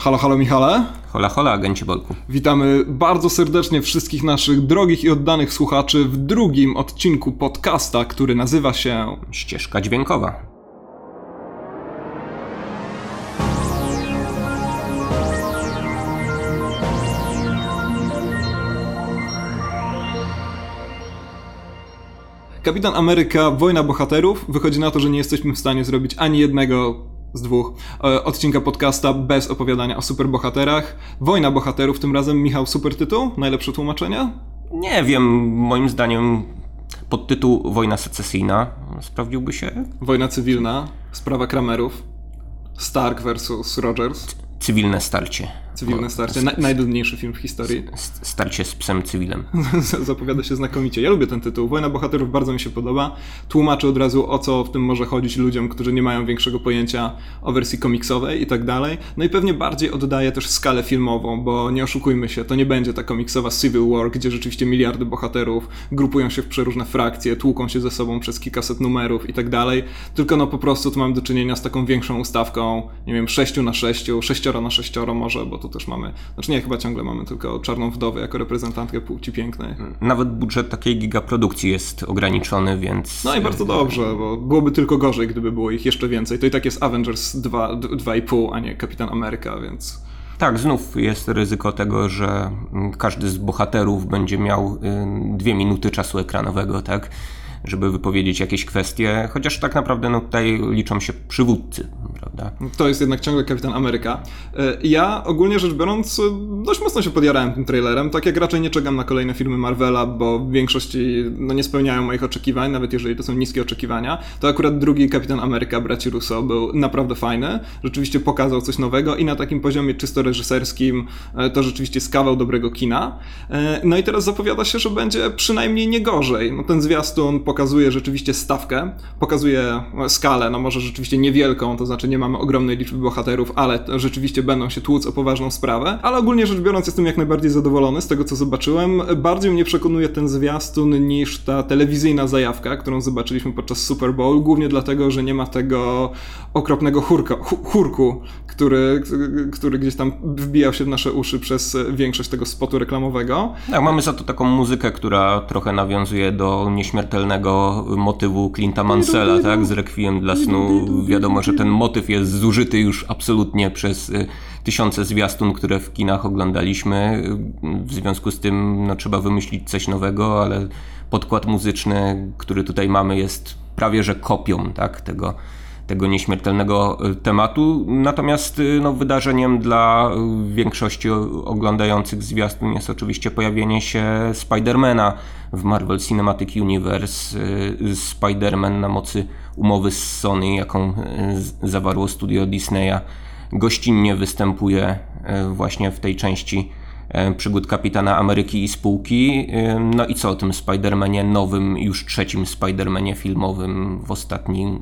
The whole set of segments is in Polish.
Halo, halo Michale. Hola, hola, agencie Bolku. Witamy bardzo serdecznie wszystkich naszych drogich i oddanych słuchaczy w drugim odcinku podcasta, który nazywa się Ścieżka dźwiękowa. Kapitan Ameryka, Wojna Bohaterów. Wychodzi na to, że nie jesteśmy w stanie zrobić ani jednego z dwóch odcinka podcasta bez opowiadania o superbohaterach. Wojna Bohaterów, tym razem Michał, super tytuł? Najlepsze tłumaczenie? Nie wiem, moim zdaniem podtytuł Wojna Secesyjna sprawdziłby się. Wojna Cywilna, sprawa Kramerów, Stark versus Rogers. Cywilne starcie. Cywilne starcie, najdudniejszy film w historii. Starcie z psem cywilem. Zapowiada się znakomicie. Ja lubię ten tytuł. Wojna Bohaterów bardzo mi się podoba. Tłumaczę od razu, o co w tym może chodzić ludziom, którzy nie mają większego pojęcia o wersji komiksowej i tak dalej. No i pewnie bardziej oddaje też skalę filmową, bo nie oszukujmy się, to nie będzie ta komiksowa Civil War, gdzie rzeczywiście miliardy bohaterów grupują się w przeróżne frakcje, tłuką się ze sobą przez kilkaset numerów i tak dalej. Tylko no po prostu tu mamy do czynienia z taką większą ustawką, nie wiem, 6x6, 6x6 może, bo tu też mamy, znaczy nie, chyba ciągle mamy tylko Czarną Wdowę jako reprezentantkę płci pięknej. Nawet budżet takiej gigaprodukcji jest ograniczony, więc... No i bardzo dobrze, bo byłoby tylko gorzej, gdyby było ich jeszcze więcej. To i tak jest Avengers 2,5, a nie Kapitan Ameryka, więc... Tak, znów jest ryzyko tego, że każdy z bohaterów będzie miał 2 minuty czasu ekranowego, tak? Żeby wypowiedzieć jakieś kwestie, chociaż tak naprawdę no, tutaj liczą się przywódcy, prawda? To jest jednak ciągle Kapitan Ameryka. Ja ogólnie rzecz biorąc dość mocno się podjarałem tym trailerem, tak jak raczej nie czekam na kolejne filmy Marvela, bo w większości no, nie spełniają moich oczekiwań, nawet jeżeli to są niskie oczekiwania, to akurat drugi Kapitan Ameryka braci Russo był naprawdę fajny, rzeczywiście pokazał coś nowego i na takim poziomie czysto reżyserskim to rzeczywiście jest kawał dobrego kina. No i teraz zapowiada się, że będzie przynajmniej nie gorzej. No, ten zwiastun pokazuje rzeczywiście stawkę, pokazuje skalę, no może rzeczywiście niewielką, to znaczy nie mamy ogromnej liczby bohaterów, ale rzeczywiście będą się tłuc o poważną sprawę, ale ogólnie rzecz biorąc jestem jak najbardziej zadowolony z tego, co zobaczyłem. Bardziej mnie przekonuje ten zwiastun niż ta telewizyjna zajawka, którą zobaczyliśmy podczas Super Bowl, głównie dlatego, że nie ma tego okropnego chórku, który gdzieś tam wbijał się w nasze uszy przez większość tego spotu reklamowego. Tak, mamy za to taką muzykę, która trochę nawiązuje do nieśmiertelnego motywu Clint'a Mansella, tak, z Requiem dla snu. Wiadomo, że ten motyw jest zużyty już absolutnie przez tysiące zwiastun, które w kinach oglądaliśmy. W związku z tym no, trzeba wymyślić coś nowego, ale podkład muzyczny, który tutaj mamy, jest prawie że kopią, tak, tego nieśmiertelnego tematu. Natomiast no, wydarzeniem dla większości oglądających zwiastun jest oczywiście pojawienie się Spidermana w Marvel Cinematic Universe. Spiderman na mocy umowy z Sony, jaką zawarło studio Disneya, gościnnie występuje właśnie w tej części przygód Kapitana Ameryki i spółki. No i co o tym Spidermanie nowym, już trzecim Spidermanie filmowym w ostatnich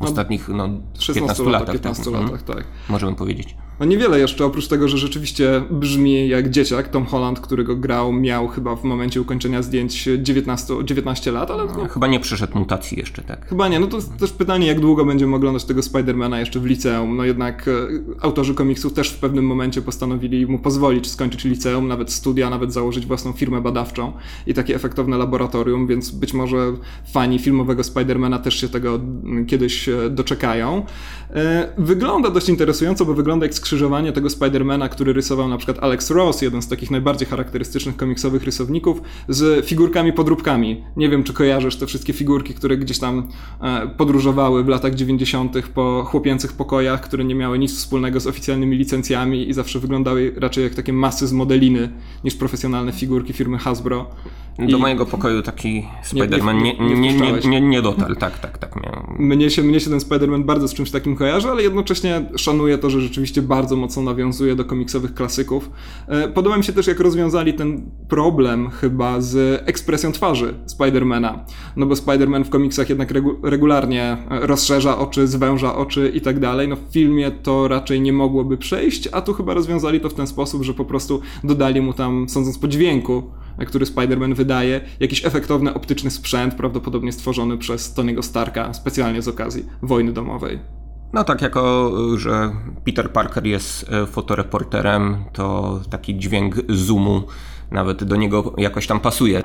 15 latach. 15 latach, tak. Możemy powiedzieć. No niewiele jeszcze, oprócz tego, że rzeczywiście brzmi jak dzieciak. Tom Holland, który go grał, miał chyba w momencie ukończenia zdjęć 19 lat, ale... No, chyba nie przeszedł mutacji jeszcze, tak? Chyba nie, no to jest też pytanie, jak długo będziemy oglądać tego Spidermana jeszcze w liceum. No jednak autorzy komiksów też w pewnym momencie postanowili mu pozwolić skończyć liceum, nawet studia, nawet założyć własną firmę badawczą i takie efektowne laboratorium, więc być może fani filmowego Spidermana też się tego kiedyś doczekają. Wygląda dość interesująco, bo wygląda jak skrzyżowanie tego Spidermana, który rysował na przykład Alex Ross, jeden z takich najbardziej charakterystycznych komiksowych rysowników, z figurkami podróbkami. Nie wiem, czy kojarzysz te wszystkie figurki, które gdzieś tam podróżowały w latach 90. po chłopięcych pokojach, które nie miały nic wspólnego z oficjalnymi licencjami i zawsze wyglądały raczej jak takie masy z modeliny niż profesjonalne figurki firmy Hasbro. Do mojego pokoju taki Spider-Man nie dotarł. Tak miał. Mnie się ten Spider-Man bardzo z czymś takim kojarzy, ale jednocześnie szanuję to, że rzeczywiście bardzo mocno nawiązuje do komiksowych klasyków. Podoba mi się też, jak rozwiązali ten problem chyba z ekspresją twarzy Spider-Mana. No bo Spider-Man w komiksach jednak regularnie rozszerza oczy, zwęża oczy i tak dalej. No w filmie to raczej nie mogłoby przejść, a tu chyba rozwiązali to w ten sposób, że po prostu dodali mu tam, sądząc po dźwięku, który Spider-Man wydaje, jakiś efektowny optyczny sprzęt, prawdopodobnie stworzony przez Tony'ego Starka specjalnie z okazji wojny domowej. No tak, jako że Peter Parker jest fotoreporterem, to taki dźwięk zoomu nawet do niego jakoś tam pasuje.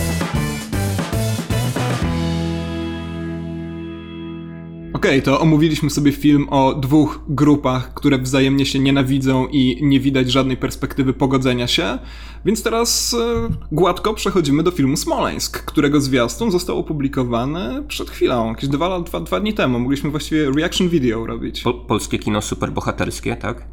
Okej, to omówiliśmy sobie film o dwóch grupach, które wzajemnie się nienawidzą i nie widać żadnej perspektywy pogodzenia się, więc teraz gładko przechodzimy do filmu Smoleńsk, którego zwiastun został opublikowany przed chwilą, jakieś dwa dni temu. Mogliśmy właściwie reaction video robić. Polskie kino superbohaterskie, tak?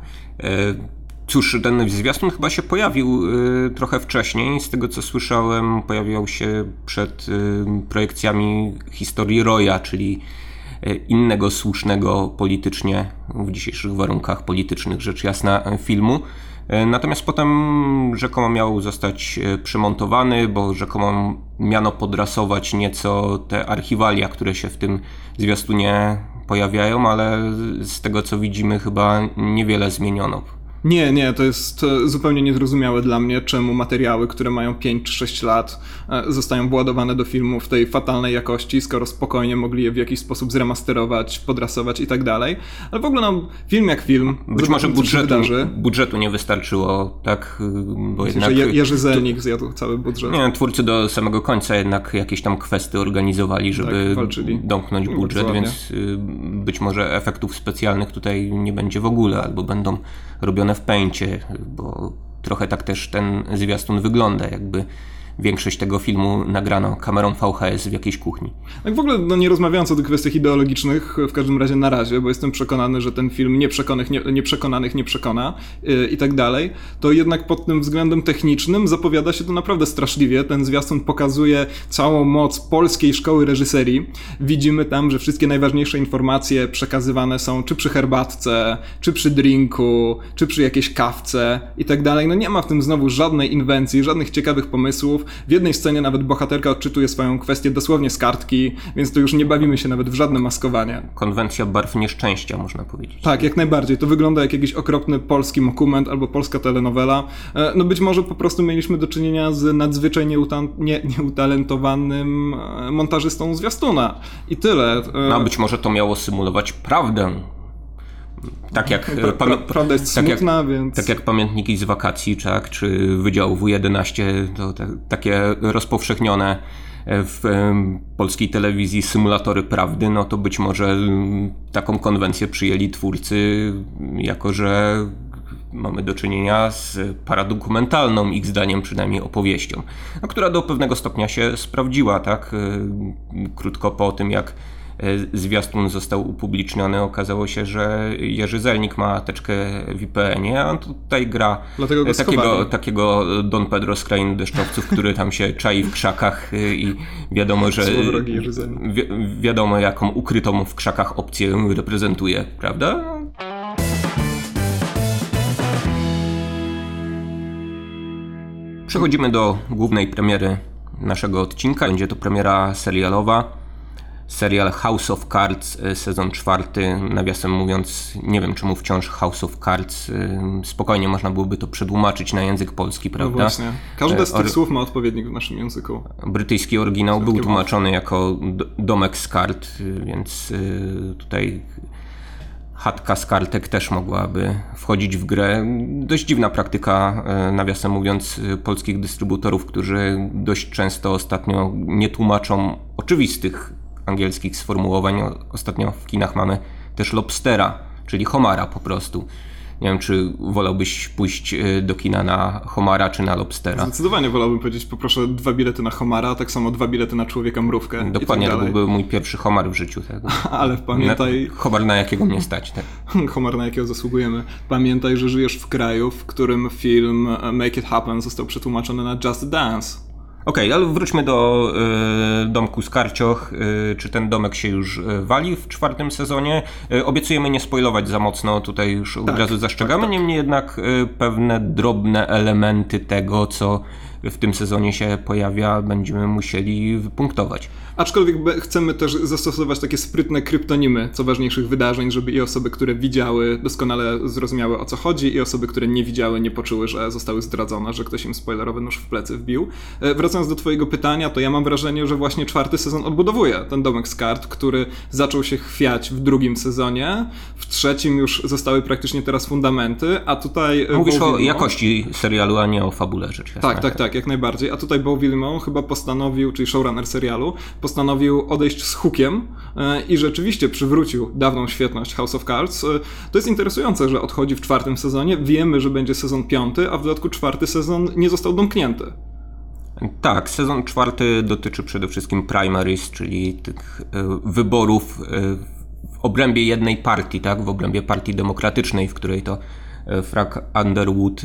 Cóż, ten zwiastun chyba się pojawił trochę wcześniej. Z tego co słyszałem, pojawiał się przed projekcjami historii Roya, czyli innego słusznego politycznie, w dzisiejszych warunkach politycznych rzecz jasna, filmu. Natomiast potem rzekomo miał zostać przemontowany, bo rzekomo miano podrasować nieco te archiwalia, które się w tym zwiastunie pojawiają, ale z tego co widzimy chyba niewiele zmieniono. Nie, to jest zupełnie niezrozumiałe dla mnie, czemu materiały, które mają 5 czy 6 lat zostają władowane do filmu w tej fatalnej jakości, skoro spokojnie mogli je w jakiś sposób zremasterować, podrasować i tak dalej. Ale w ogóle film jak film. Być może budżetu nie wystarczyło, tak? Bo jednak Jerzy Zelnik zjadł cały budżet. Nie, twórcy do samego końca jednak jakieś tam kwesty organizowali, żeby domknąć budżet, więc być może efektów specjalnych tutaj nie będzie w ogóle, albo będą robione w Paincie, bo trochę tak też ten zwiastun wygląda, jakby większość tego filmu nagrano kamerą VHS w jakiejś kuchni. Tak w ogóle, nie rozmawiając o tych kwestiach ideologicznych, w każdym razie na razie, bo jestem przekonany, że ten film nieprzekonanych nie przekona i tak dalej, to jednak pod tym względem technicznym zapowiada się to naprawdę straszliwie. Ten zwiastun pokazuje całą moc polskiej szkoły reżyserii. Widzimy tam, że wszystkie najważniejsze informacje przekazywane są czy przy herbatce, czy przy drinku, czy przy jakiejś kawce i tak dalej. No nie ma w tym znowu żadnej inwencji, żadnych ciekawych pomysłów. W jednej scenie nawet bohaterka odczytuje swoją kwestię dosłownie z kartki, więc tu już nie bawimy się nawet w żadne maskowanie. Konwencja barw nieszczęścia, można powiedzieć. Tak, jak najbardziej. To wygląda jak jakiś okropny polski dokument albo polska telenowela. No być może po prostu mieliśmy do czynienia z nadzwyczaj nieutalentowanym montażystą zwiastuna. I tyle. No być może to miało symulować prawdę. Tak jak prawda jest smutna, więc... Tak jak pamiętniki z wakacji, tak, czy Wydział W11, to takie rozpowszechnione w polskiej telewizji symulatory prawdy, no to być może taką konwencję przyjęli twórcy, jako że mamy do czynienia z paradokumentalną, ich zdaniem przynajmniej, opowieścią, no, która do pewnego stopnia się sprawdziła, tak? Krótko po tym, jak zwiastun został upubliczniony, okazało się, że Jerzy Zelnik ma teczkę w IPN-ie, a on tutaj gra takiego Don Pedro z Krainy Deszczowców, który tam się czai w krzakach i wiadomo, że wiadomo jaką ukrytą w krzakach opcję reprezentuje, prawda? Przechodzimy do głównej premiery naszego odcinka. Będzie to premiera serialowa. Serial House of Cards, sezon 4, nawiasem mówiąc, nie wiem czemu wciąż House of Cards, spokojnie można byłoby to przetłumaczyć na język polski, prawda? No właśnie, każde z tych słów ma odpowiednik w naszym języku. Brytyjski oryginał był tłumaczony jako domek z kart, więc tutaj chatka z kartek też mogłaby wchodzić w grę. Dość dziwna praktyka, nawiasem mówiąc, polskich dystrybutorów, którzy dość często ostatnio nie tłumaczą oczywistych angielskich sformułowań. Ostatnio w kinach mamy też lobstera, czyli homara po prostu. Nie wiem, czy wolałbyś pójść do kina na homara, czy na lobstera? Zdecydowanie wolałbym powiedzieć, poproszę 2 bilety na homara, tak samo 2 bilety na człowieka mrówkę. Dokładnie, tak to byłby mój pierwszy homar w życiu. Tak? Ale pamiętaj... Homar, na jakiego mnie stać. Tak? Homar, na jakiego zasługujemy. Pamiętaj, że żyjesz w kraju, w którym film Make It Happen został przetłumaczony na Just Dance. Okej, ale wróćmy do domku z karcioch. Czy ten domek się już wali w 4. sezonie? Obiecujemy nie spoilować za mocno, tutaj już od razu zastrzegamy, niemniej jednak pewne drobne elementy tego, co w tym sezonie się pojawia, będziemy musieli wypunktować. Aczkolwiek chcemy też zastosować takie sprytne kryptonimy co ważniejszych wydarzeń, żeby i osoby, które widziały, doskonale zrozumiały, o co chodzi, i osoby, które nie widziały, nie poczuły, że zostały zdradzone, że ktoś im spoilerowy nóż w plecy wbił. Wracając do twojego pytania, to ja mam wrażenie, że właśnie 4. sezon odbudowuje ten domek z kart, który zaczął się chwiać w 2. sezonie, w 3. już zostały praktycznie teraz fundamenty, a tutaj... Mówisz o jakości serialu, a nie o fabule, rzecz jasna. Tak, jak najbardziej. A tutaj Beau Willimon chyba postanowił, czyli showrunner serialu, postanowił odejść z hookiem i rzeczywiście przywrócił dawną świetność House of Cards. To jest interesujące, że odchodzi w 4. sezonie. Wiemy, że będzie sezon 5, a w dodatku 4. sezon nie został domknięty. Tak, sezon 4 dotyczy przede wszystkim primaries, czyli tych wyborów w obrębie jednej partii, tak? W obrębie partii demokratycznej, w której to Frank Underwood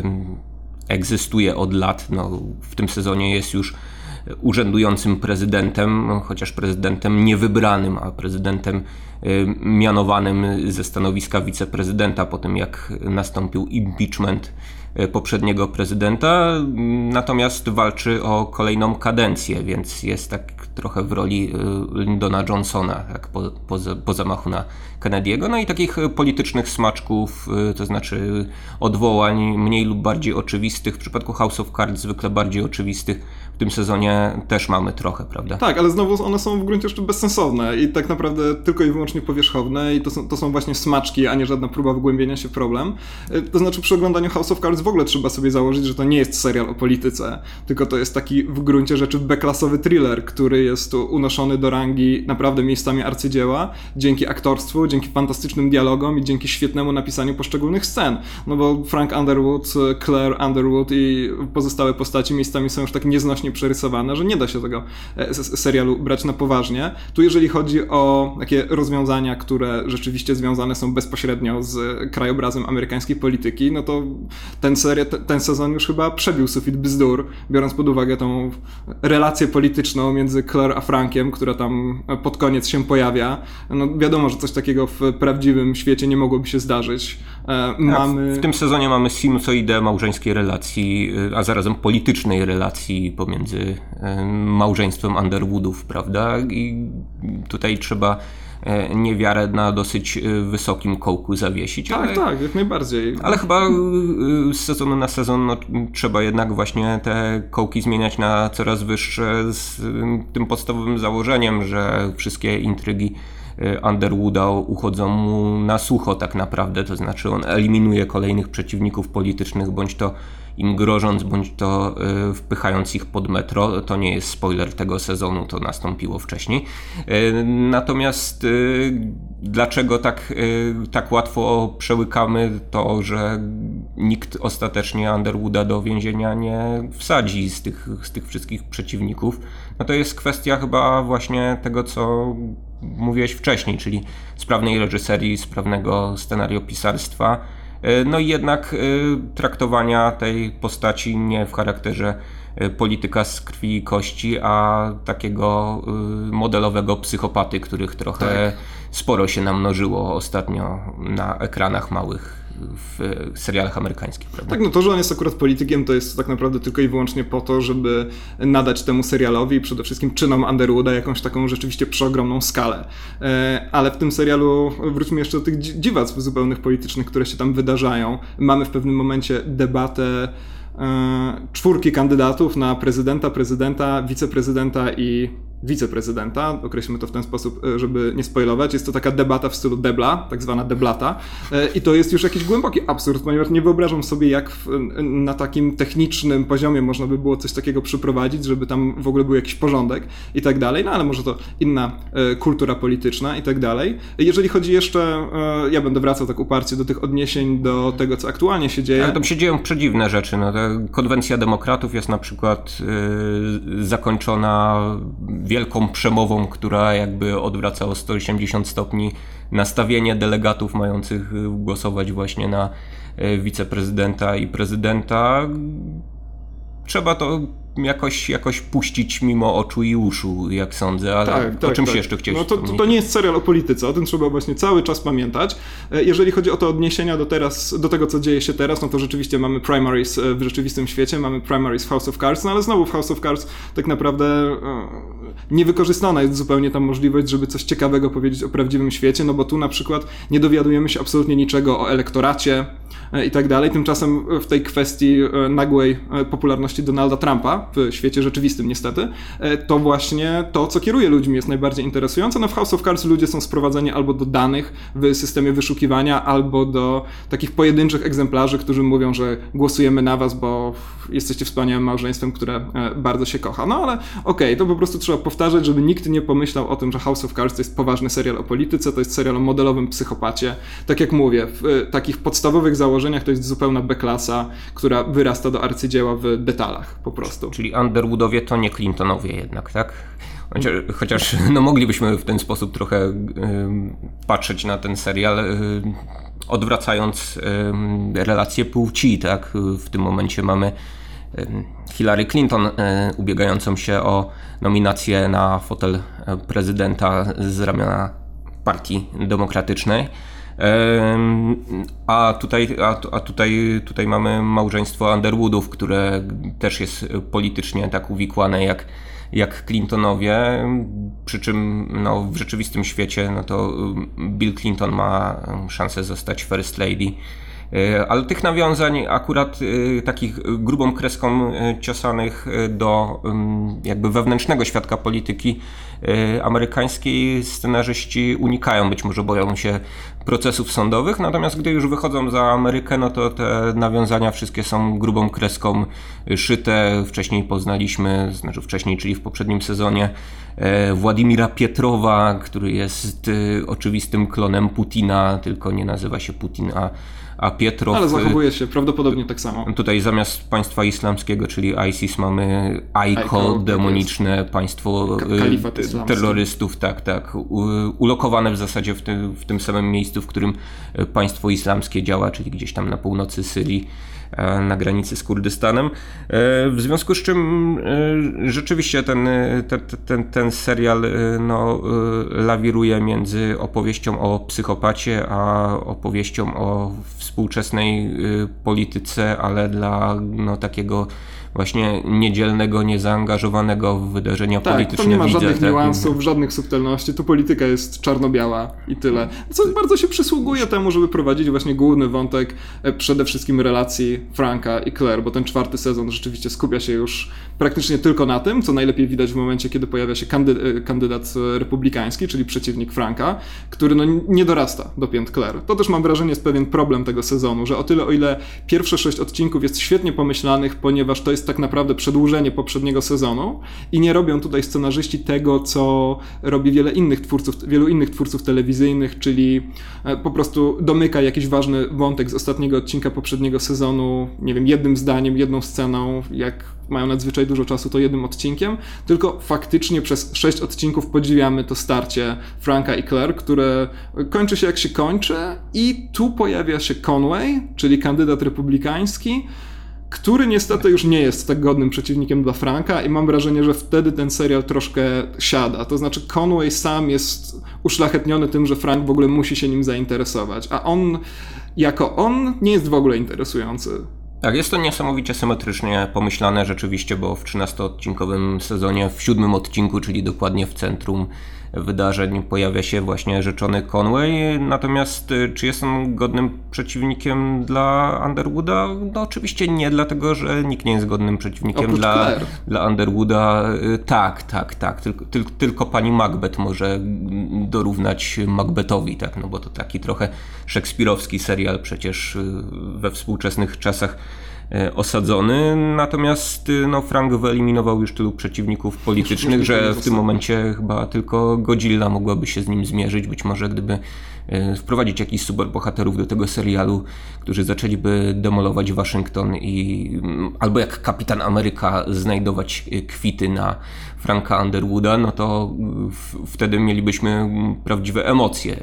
egzystuje od lat. No, w tym sezonie jest już urzędującym prezydentem, chociaż prezydentem niewybranym, a prezydentem mianowanym ze stanowiska wiceprezydenta po tym, jak nastąpił impeachment poprzedniego prezydenta, natomiast walczy o kolejną kadencję, więc jest tak trochę w roli Lyndona Johnsona, tak po zamachu na Kennedy'ego. No i takich politycznych smaczków, to znaczy odwołań mniej lub bardziej oczywistych, w przypadku House of Cards zwykle bardziej oczywistych, w tym sezonie też mamy trochę, prawda? Tak, ale znowu one są w gruncie jeszcze bezsensowne i tak naprawdę tylko i wyłącznie powierzchowne i to są właśnie smaczki, a nie żadna próba wgłębienia się w problem. To znaczy przy oglądaniu House of Cards w ogóle trzeba sobie założyć, że to nie jest serial o polityce, tylko to jest taki w gruncie rzeczy B-klasowy thriller, który jest tu unoszony do rangi naprawdę miejscami arcydzieła, dzięki aktorstwu, dzięki fantastycznym dialogom i dzięki świetnemu napisaniu poszczególnych scen. No bo Frank Underwood, Claire Underwood i pozostałe postaci miejscami są już tak nieznośnie przerysowane, że nie da się tego serialu brać na poważnie. Tu jeżeli chodzi o takie rozwiązania, które rzeczywiście związane są bezpośrednio z krajobrazem amerykańskiej polityki, no to ten sezon już chyba przebił sufit bzdur, biorąc pod uwagę tą relację polityczną między Claire a Frankiem, która tam pod koniec się pojawia. No wiadomo, że coś takiego w prawdziwym świecie nie mogłoby się zdarzyć. W tym sezonie mamy sinusoidę małżeńskiej relacji, a zarazem politycznej relacji pomiędzy małżeństwem Underwoodów, prawda? I tutaj trzeba niewiarę na dosyć wysokim kołku zawiesić. Tak, jak najbardziej. Ale chyba z sezonu na sezon trzeba jednak właśnie te kołki zmieniać na coraz wyższe z tym podstawowym założeniem, że wszystkie intrygi Underwooda uchodzą mu na sucho tak naprawdę, to znaczy on eliminuje kolejnych przeciwników politycznych, bądź to im grożąc, bądź to wpychając ich pod metro. To nie jest spoiler tego sezonu, to nastąpiło wcześniej. Natomiast dlaczego tak łatwo przełykamy to, że nikt ostatecznie Underwooda do więzienia nie wsadzi z tych wszystkich przeciwników? No to jest kwestia chyba właśnie tego, co mówiłeś wcześniej, czyli sprawnej reżyserii, sprawnego scenariopisarstwa, no i jednak traktowania tej postaci nie w charakterze polityka z krwi i kości, a takiego modelowego psychopaty, których trochę sporo się namnożyło ostatnio na ekranach małych w serialach amerykańskich, prawda? Tak, no to, że on jest akurat politykiem, to jest tak naprawdę tylko i wyłącznie po to, żeby nadać temu serialowi i przede wszystkim czynom Underwooda jakąś taką rzeczywiście przeogromną skalę. Ale w tym serialu wróćmy jeszcze do tych dziwactw zupełnych politycznych, które się tam wydarzają. Mamy w pewnym momencie debatę 4 kandydatów na prezydenta, wiceprezydenta i wiceprezydenta, określmy to w ten sposób, żeby nie spoilować. Jest to taka debata w stylu debla, tak zwana deblata, i to jest już jakiś głęboki absurd, ponieważ nie wyobrażam sobie, jak na takim technicznym poziomie można by było coś takiego przyprowadzić, żeby tam w ogóle był jakiś porządek i tak dalej, no ale może to inna kultura polityczna i tak dalej. Jeżeli chodzi jeszcze, ja będę wracał tak uparcie do tych odniesień do tego, co aktualnie się dzieje. Ale tam się dzieją przedziwne rzeczy. No, konwencja demokratów jest na przykład zakończona wielką przemową, która jakby odwraca o 180 stopni nastawienie delegatów mających głosować właśnie na wiceprezydenta i prezydenta. Trzeba to jakoś puścić mimo oczu i uszu, jak sądzę, ale o czymś jeszcze chciałeś wspomnieć? To nie jest serial o polityce, o tym trzeba właśnie cały czas pamiętać. Jeżeli chodzi o to odniesienia do tego, co dzieje się teraz, no to rzeczywiście mamy primaries w rzeczywistym świecie, mamy primaries w House of Cards, no ale znowu w House of Cards tak naprawdę niewykorzystana jest zupełnie ta możliwość, żeby coś ciekawego powiedzieć o prawdziwym świecie, no bo tu na przykład nie dowiadujemy się absolutnie niczego o elektoracie i tak dalej. Tymczasem w tej kwestii nagłej popularności Donalda Trumpa w świecie rzeczywistym niestety, to właśnie to, co kieruje ludźmi, jest najbardziej interesujące. No w House of Cards ludzie są sprowadzeni albo do danych w systemie wyszukiwania, albo do takich pojedynczych egzemplarzy, którzy mówią, że głosujemy na was, bo jesteście wspaniałym małżeństwem, które bardzo się kocha. No ale okej, to po prostu trzeba powtarzać, żeby nikt nie pomyślał o tym, że House of Cards to jest poważny serial o polityce, to jest serial o modelowym psychopacie. Tak jak mówię, w takich podstawowych założeniach to jest zupełna B-klasa, która wyrasta do arcydzieła w detalach po prostu. Czyli Underwoodowie to nie Clintonowie jednak, tak? Chociaż no, moglibyśmy w ten sposób trochę patrzeć na ten serial, odwracając relacje płci, tak? W tym momencie mamy Hillary Clinton ubiegającą się o nominację na fotel prezydenta z ramiona Partii Demokratycznej. A tutaj mamy małżeństwo Underwoodów, które też jest politycznie tak uwikłane jak Clintonowie, przy czym no, w rzeczywistym świecie no to Bill Clinton ma szansę zostać First Lady. Ale tych nawiązań akurat takich grubą kreską ciosanych do jakby wewnętrznego świadka polityki amerykańskiej scenarzyści unikają, być może boją się procesów sądowych, natomiast gdy już wychodzą za Amerykę, no to te nawiązania wszystkie są grubą kreską szyte. Wcześniej poznaliśmy, czyli w poprzednim sezonie, Władimira Pietrowa, który jest oczywistym klonem Putina, tylko nie nazywa się Putin, a Pietrow... Ale zachowuje się prawdopodobnie tak samo. Tutaj zamiast państwa islamskiego, czyli ISIS, mamy ICO, demoniczne państwo terrorystów, tak, ulokowane w zasadzie w tym samym miejscu, w którym państwo islamskie działa, czyli gdzieś tam na północy Syrii, na granicy z Kurdystanem. W związku z czym rzeczywiście ten serial no, lawiruje między opowieścią o psychopacie, a opowieścią o współczesnej polityce, ale dla no, takiego właśnie niedzielnego, niezaangażowanego w wydarzenia polityczne. To nie ma żadnych niuansów, żadnych subtelności, tu polityka jest czarno-biała i tyle. Co bardzo się przysługuje temu, żeby prowadzić właśnie główny wątek przede wszystkim relacji Franka i Claire, bo ten 4. sezon rzeczywiście skupia się już praktycznie tylko na tym, co najlepiej widać w momencie, kiedy pojawia się kandydat republikański, czyli przeciwnik Franka, który no, nie dorasta do pięt Claire. To też mam wrażenie jest pewien problem tego sezonu, że o tyle, o ile pierwsze 6 odcinków jest świetnie pomyślanych, ponieważ to jest tak naprawdę przedłużenie poprzedniego sezonu i nie robią tutaj scenarzyści tego, co robi wielu innych twórców telewizyjnych, czyli po prostu domyka jakiś ważny wątek z ostatniego odcinka poprzedniego sezonu, nie wiem, jednym zdaniem, jedną sceną, jak mają nadzwyczaj dużo czasu, to jednym odcinkiem, tylko faktycznie przez 6 odcinków podziwiamy to starcie Franka i Claire, które kończy się jak się kończy i tu pojawia się Conway, czyli kandydat republikański, który niestety już nie jest tak godnym przeciwnikiem dla Franka i mam wrażenie, że wtedy ten serial troszkę siada. To znaczy Conway sam jest uszlachetniony tym, że Frank w ogóle musi się nim zainteresować, a on nie jest w ogóle interesujący. Tak, jest to niesamowicie symetrycznie pomyślane rzeczywiście, bo w 13-odcinkowym sezonie, w 7. odcinku, czyli dokładnie w centrum wydarzeń, pojawia się właśnie rzeczony Conway. Natomiast czy jest on godnym przeciwnikiem dla Underwooda? No oczywiście nie, dlatego że nikt nie jest godnym przeciwnikiem dla Underwooda. Tak. Tylko pani Macbeth może dorównać Macbethowi, tak? No bo to taki trochę szekspirowski serial przecież we współczesnych czasach osadzony, natomiast no, Frank wyeliminował już tylu przeciwników politycznych, że w tym momencie chyba tylko Godzilla mogłaby się z nim zmierzyć. Być może gdyby wprowadzić jakichś superbohaterów do tego serialu, którzy zaczęliby demolować Waszyngton i albo jak Kapitan Ameryka znajdować kwity na Franka Underwooda, no to wtedy mielibyśmy prawdziwe emocje.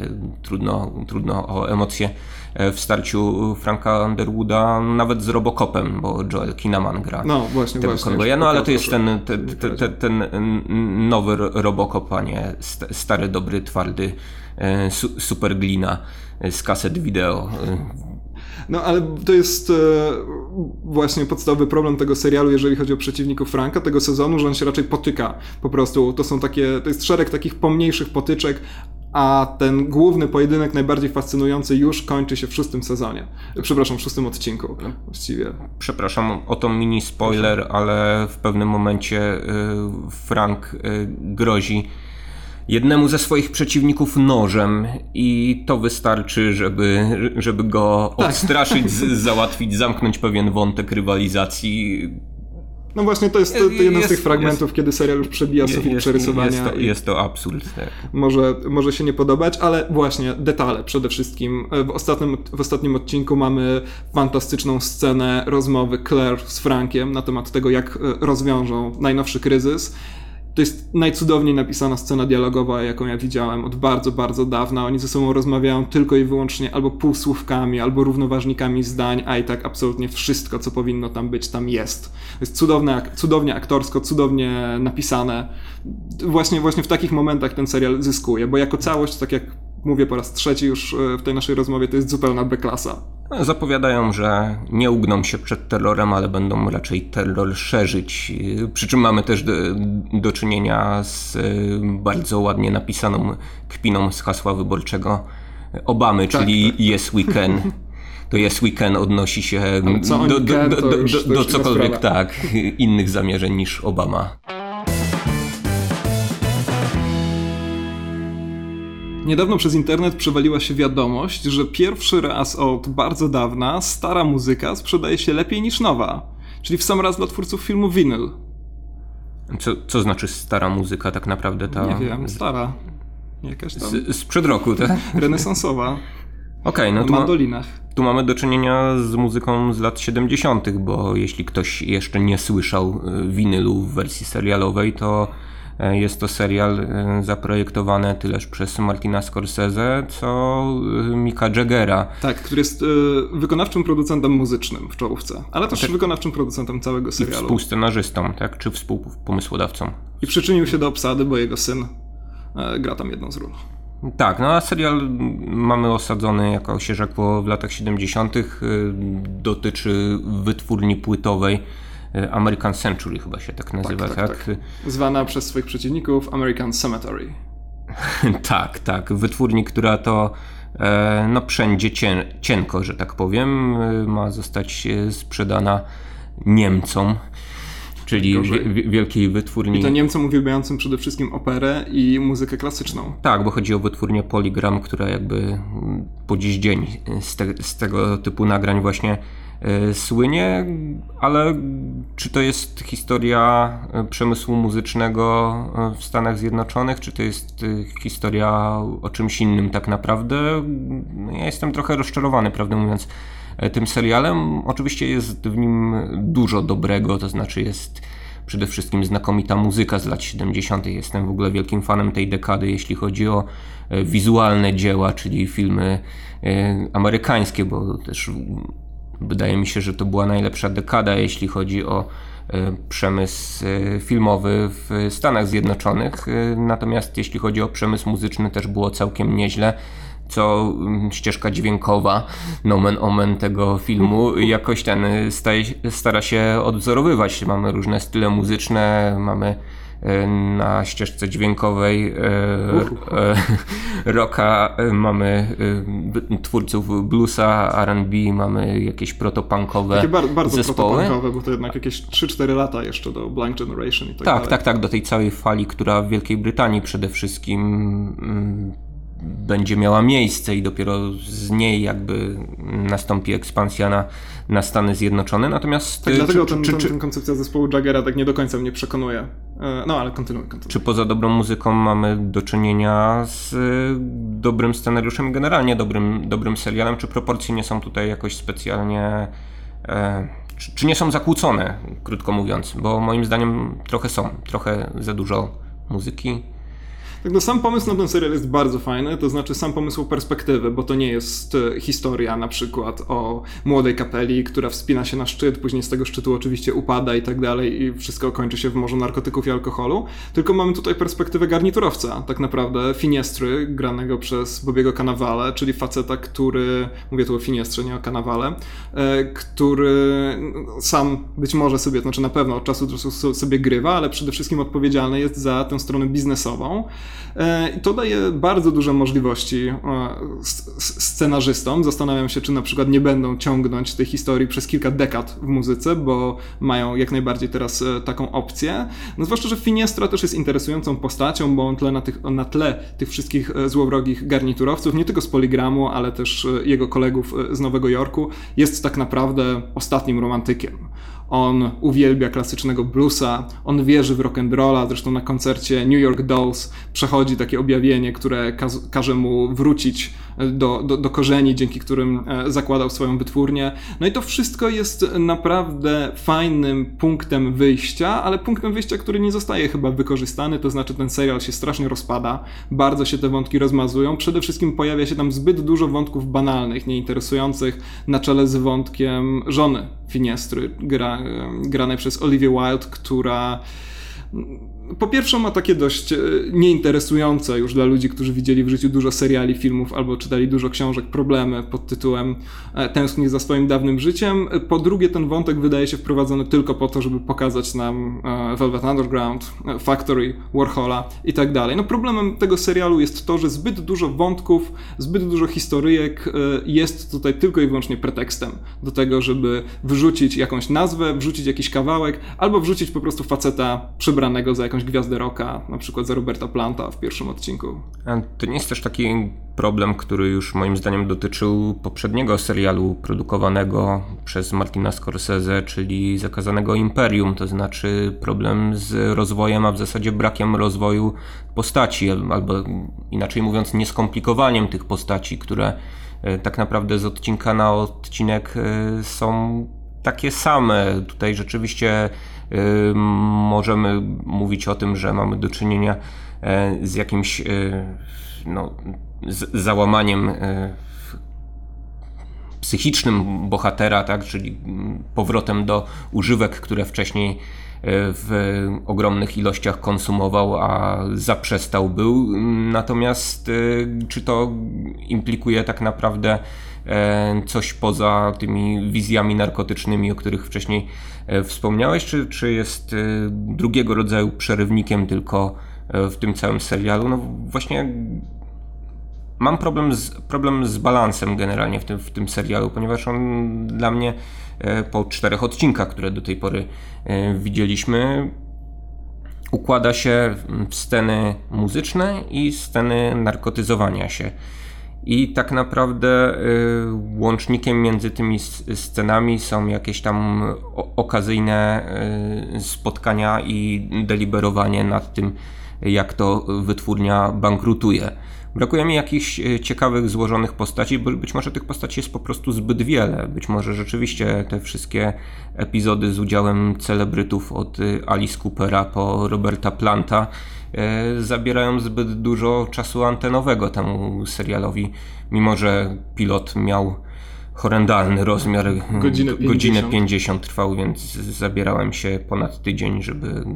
Trudno o emocje w starciu Franka Underwooda, nawet z Robocopem, bo Joel Kinnaman gra tego Conwaya. No ale to jest ten nowy Robocop, a nie stary, dobry, twardy super glina z kaset wideo. No ale to jest właśnie podstawowy problem tego serialu, jeżeli chodzi o przeciwników Franka, tego sezonu, że on się raczej potyka po prostu. To jest szereg takich pomniejszych potyczek, a ten główny pojedynek, najbardziej fascynujący, już kończy się w 6. sezonie. Przepraszam, w 6. odcinku właściwie. Przepraszam o to mini spoiler, ale w pewnym momencie Frank grozi jednemu ze swoich przeciwników nożem i to wystarczy, żeby go odstraszyć, załatwić, zamknąć pewien wątek rywalizacji. No właśnie, to jest jeden z tych fragmentów, kiedy serial już przebija sufit przerysowania. Jest to absurd. Tak. Może się nie podobać, ale właśnie detale przede wszystkim. W ostatnim odcinku mamy fantastyczną scenę rozmowy Claire z Frankiem na temat tego, jak rozwiążą najnowszy kryzys. To jest najcudowniej napisana scena dialogowa, jaką ja widziałem od bardzo, bardzo dawna. Oni ze sobą rozmawiają tylko i wyłącznie albo półsłówkami, albo równoważnikami zdań, a i tak absolutnie wszystko, co powinno tam być, tam jest. To jest cudownie aktorsko, cudownie napisane. Właśnie w takich momentach ten serial zyskuje, bo jako całość, tak jak mówię po raz trzeci już w tej naszej rozmowie, to jest zupełna B-klasa. Zapowiadają, że nie ugną się przed terrorem, ale będą raczej terror szerzyć. Przy czym mamy też do czynienia z bardzo ładnie napisaną kpiną z hasła wyborczego Obamy, czyli Yes We Can. To Yes We Can odnosi się do cokolwiek innych zamierzeń niż Obama. Niedawno przez internet przewaliła się wiadomość, że pierwszy raz od bardzo dawna stara muzyka sprzedaje się lepiej niż nowa. Czyli w sam raz dla twórców filmu winyl. Co znaczy stara muzyka tak naprawdę? Nie wiem, stara. Jakaś tam... Sprzed roku, tak? Renesansowa. Okej, no w mandolinach. Tu mamy do czynienia z muzyką z lat 70., bo jeśli ktoś jeszcze nie słyszał winylu w wersji serialowej, to jest to serial zaprojektowany tyleż przez Martina Scorsese, co Micka Jaggera. Tak, który jest wykonawczym producentem muzycznym w czołówce, ale też wykonawczym producentem całego serialu. I współscenarzystą, tak? Czy współpomysłodawcą. I przyczynił się do obsady, bo jego syn gra tam jedną z ról. Tak, no a serial mamy osadzony, jako się rzekło, w latach 70. Dotyczy wytwórni płytowej American Century, chyba się tak nazywa, tak? Zwana przez swoich przeciwników American Cemetery. Tak. Wytwórni, która to wszędzie cienko, że tak powiem, ma zostać sprzedana Niemcom, czyli wielkiej wytwórni. I to Niemcom uwielbiającym przede wszystkim operę i muzykę klasyczną. Tak, bo chodzi o wytwórnię Polygram, która jakby po dziś dzień z tego typu nagrań właśnie słynie, ale czy to jest historia przemysłu muzycznego w Stanach Zjednoczonych, czy to jest historia o czymś innym tak naprawdę? Ja jestem trochę rozczarowany, prawdę mówiąc, tym serialem. Oczywiście jest w nim dużo dobrego, to znaczy jest przede wszystkim znakomita muzyka z lat 70. Jestem w ogóle wielkim fanem tej dekady, jeśli chodzi o wizualne dzieła, czyli filmy amerykańskie, bo też wydaje mi się, że to była najlepsza dekada, jeśli chodzi o przemysł filmowy w Stanach Zjednoczonych. Natomiast jeśli chodzi o przemysł muzyczny, też było całkiem nieźle, co ścieżka dźwiękowa, nomen omen tego filmu, jakoś stara się odwzorowywać. Mamy różne style muzyczne, mamy na ścieżce dźwiękowej rocka, mamy twórców bluesa, R&B, mamy jakieś protopunkowe bardzo zespoły. Protopunkowe, bo to jednak jakieś 3-4 lata jeszcze do Blank Generation i tak dalej. Tak, do tej całej fali, która w Wielkiej Brytanii przede wszystkim będzie miała miejsce i dopiero z niej jakby nastąpi ekspansja na Stany Zjednoczone. Natomiast tak, dlatego ten koncepcja zespołu Jaggera tak nie do końca mnie przekonuje. No ale kontynuuj. Czy poza dobrą muzyką mamy do czynienia z dobrym scenariuszem, generalnie dobrym serialem, czy proporcje nie są tutaj jakoś specjalnie... Czy nie są zakłócone, krótko mówiąc, bo moim zdaniem trochę za dużo muzyki. Tak, no sam pomysł na ten serial jest bardzo fajny, to znaczy sam pomysł perspektywy, bo to nie jest historia na przykład o młodej kapeli, która wspina się na szczyt, później z tego szczytu oczywiście upada i tak dalej i wszystko kończy się w morzu narkotyków i alkoholu, tylko mamy tutaj perspektywę garniturowca, tak naprawdę Finiestry, granego przez Bobiego Cannavale, czyli faceta, który, mówię tu o Finiestrze, nie o Cannavale, który sam być może sobie, znaczy na pewno od czasu do czasu sobie grywa, ale przede wszystkim odpowiedzialny jest za tę stronę biznesową. I to daje bardzo duże możliwości scenarzystom. Zastanawiam się, czy na przykład nie będą ciągnąć tej historii przez kilka dekad w muzyce, bo mają jak najbardziej teraz taką opcję. No zwłaszcza, że Finiestra też jest interesującą postacią, bo on na tle tych wszystkich złowrogich garniturowców, nie tylko z Polygramu, ale też jego kolegów z Nowego Jorku, jest tak naprawdę ostatnim romantykiem. On uwielbia klasycznego bluesa, on wierzy w rock'n'rolla, zresztą na koncercie New York Dolls przechodzi takie objawienie, które każe mu wrócić do korzeni, dzięki którym zakładał swoją wytwórnię. No i to wszystko jest naprawdę fajnym punktem wyjścia, ale punktem wyjścia, który nie zostaje chyba wykorzystany, to znaczy ten serial się strasznie rozpada, bardzo się te wątki rozmazują, przede wszystkim pojawia się tam zbyt dużo wątków banalnych, nieinteresujących, na czele z wątkiem żony Finiestry, granej przez Olivia Wilde, która po pierwsze ma takie dość nieinteresujące już dla ludzi, którzy widzieli w życiu dużo seriali, filmów albo czytali dużo książek, problemy pod tytułem Tęsknię za swoim dawnym życiem. Po drugie, ten wątek wydaje się wprowadzony tylko po to, żeby pokazać nam Velvet Underground, Factory, Warhola i tak dalej. No problemem tego serialu jest to, że zbyt dużo wątków, zbyt dużo historyjek jest tutaj tylko i wyłącznie pretekstem do tego, żeby wrzucić jakąś nazwę, wrzucić jakiś kawałek albo wrzucić po prostu faceta przebranego za jakąś gwiazdę rocka, na przykład za Roberta Planta w pierwszym odcinku. A to nie jest też taki problem, który już moim zdaniem dotyczył poprzedniego serialu produkowanego przez Martina Scorsese, czyli Zakazanego Imperium, to znaczy problem z rozwojem, a w zasadzie brakiem rozwoju postaci, albo inaczej mówiąc nieskomplikowaniem tych postaci, które tak naprawdę z odcinka na odcinek są takie same. Tutaj rzeczywiście możemy mówić o tym, że mamy do czynienia z jakimś załamaniem psychicznym bohatera, tak? Czyli powrotem do używek, które wcześniej w ogromnych ilościach konsumował, a zaprzestał był. Natomiast czy to implikuje tak naprawdę coś poza tymi wizjami narkotycznymi, o których wcześniej wspomniałeś, czy jest drugiego rodzaju przerywnikiem tylko w tym całym serialu? No właśnie mam problem z balansem generalnie w tym serialu, ponieważ on dla mnie po 4 odcinkach, które do tej pory widzieliśmy, układa się w sceny muzyczne i sceny narkotyzowania się. I tak naprawdę łącznikiem między tymi scenami są jakieś tam okazyjne spotkania i deliberowanie nad tym, jak to wytwórnia bankrutuje. Brakuje mi jakichś ciekawych, złożonych postaci, bo być może tych postaci jest po prostu zbyt wiele. Być może rzeczywiście te wszystkie epizody z udziałem celebrytów od Alice Coopera po Roberta Planta zabierają zbyt dużo czasu antenowego temu serialowi, mimo że pilot miał horrendalny rozmiar, godzinę 50 trwał, więc zabierałem się ponad tydzień, żeby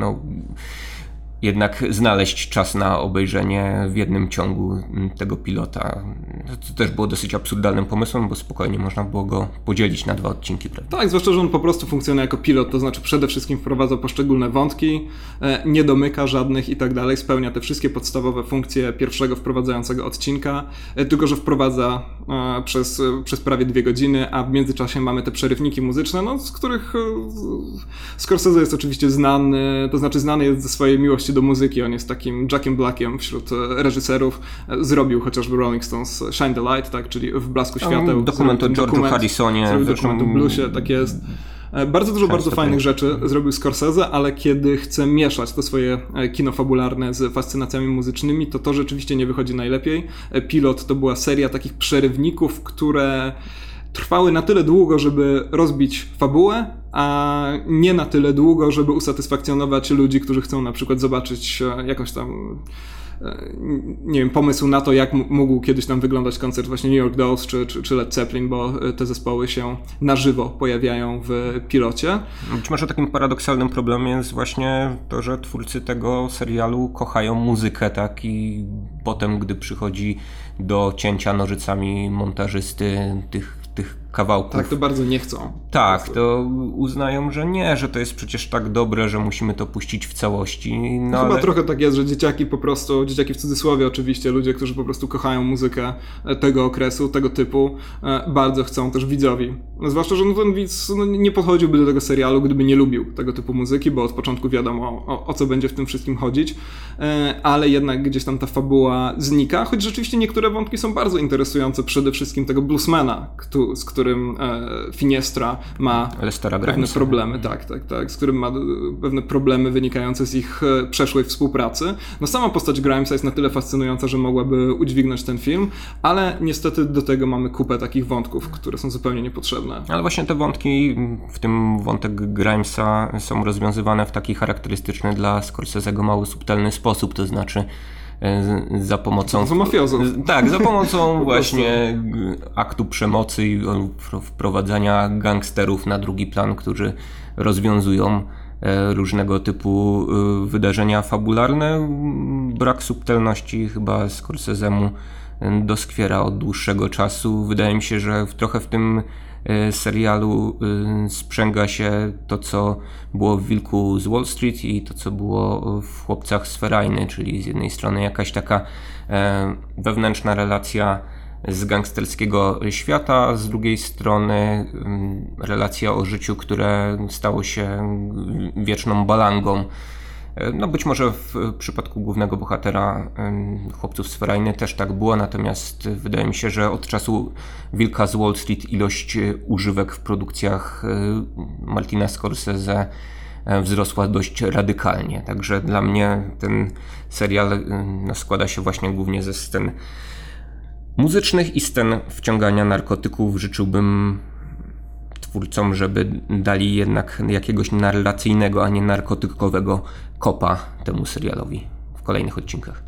jednak znaleźć czas na obejrzenie w jednym ciągu tego pilota. To też było dosyć absurdalnym pomysłem, bo spokojnie można było go podzielić na 2 odcinki, prawda? Tak, zwłaszcza, że on po prostu funkcjonuje jako pilot, to znaczy przede wszystkim wprowadza poszczególne wątki, nie domyka żadnych i tak dalej, spełnia te wszystkie podstawowe funkcje pierwszego wprowadzającego odcinka, tylko że wprowadza przez prawie 2 godziny, a w międzyczasie mamy te przerywniki muzyczne, z których Scorsese jest oczywiście znany, to znaczy znany jest ze swojej miłości miłości do muzyki. On jest takim Jackiem Blackiem wśród reżyserów. Zrobił chociażby Rolling Stones Shine the Light, tak, czyli W blasku świateł. Dokument o George'u Harrisonie. Zrobił dokument o bluesie, tak jest. Bardzo dużo bardzo fajnych rzeczy zrobił Scorsese, ale kiedy chce mieszać to swoje kino fabularne z fascynacjami muzycznymi, to rzeczywiście nie wychodzi najlepiej. Pilot to była seria takich przerywników, które trwały na tyle długo, żeby rozbić fabułę, a nie na tyle długo, żeby usatysfakcjonować ludzi, którzy chcą na przykład zobaczyć jakąś tam, nie wiem, pomysł na to, jak mógł kiedyś tam wyglądać koncert właśnie New York Dolls czy Led Zeppelin, bo te zespoły się na żywo pojawiają w pilocie. Być może takim paradoksalnym problemem jest właśnie to, że twórcy tego serialu kochają muzykę, tak, i potem, gdy przychodzi do cięcia nożycami montażysty tych kawałków. Tak, to bardzo nie chcą. Tak, to uznają, że nie, że to jest przecież tak dobre, że musimy to puścić w całości. No chyba ale... trochę tak jest, że dzieciaki w cudzysłowie oczywiście, ludzie, którzy po prostu kochają muzykę tego okresu, tego typu, bardzo chcą też widzowi. No, zwłaszcza, że ten widz nie podchodziłby do tego serialu, gdyby nie lubił tego typu muzyki, bo od początku wiadomo, o co będzie w tym wszystkim chodzić, ale jednak gdzieś tam ta fabuła znika, choć rzeczywiście niektóre wątki są bardzo interesujące, przede wszystkim tego bluesmana, z którym Finiestra ma pewne problemy, tak, z którym ma pewne problemy wynikające z ich przeszłej współpracy. No sama postać Grimesa jest na tyle fascynująca, że mogłaby udźwignąć ten film, ale niestety do tego mamy kupę takich wątków, które są zupełnie niepotrzebne. Ale właśnie te wątki, w tym wątek Grimesa, są rozwiązywane w taki charakterystyczny dla Scorsese'ego mało subtelny sposób, to znaczy za pomocą... To mafiozo. Tak, za pomocą właśnie aktu przemocy i wprowadzania gangsterów na drugi plan, którzy rozwiązują różnego typu wydarzenia fabularne. Brak subtelności chyba Scorsese'emu doskwiera od dłuższego czasu. Wydaje mi się, że trochę w tym serialu sprzęga się to, co było w Wilku z Wall Street i to, co było w Chłopcach z Ferajny, czyli z jednej strony jakaś taka wewnętrzna relacja z gangsterskiego świata, z drugiej strony relacja o życiu, które stało się wieczną balangą. No być może w przypadku głównego bohatera Chłopców z Ferajny też tak było, natomiast wydaje mi się, że od czasu Wilka z Wall Street ilość używek w produkcjach Martina Scorsese wzrosła dość radykalnie. Także dla mnie ten serial składa się właśnie głównie ze scen muzycznych i scen wciągania narkotyków. Życzyłbym twórcom, żeby dali jednak jakiegoś narracyjnego, a nie narkotykowego kopa temu serialowi w kolejnych odcinkach.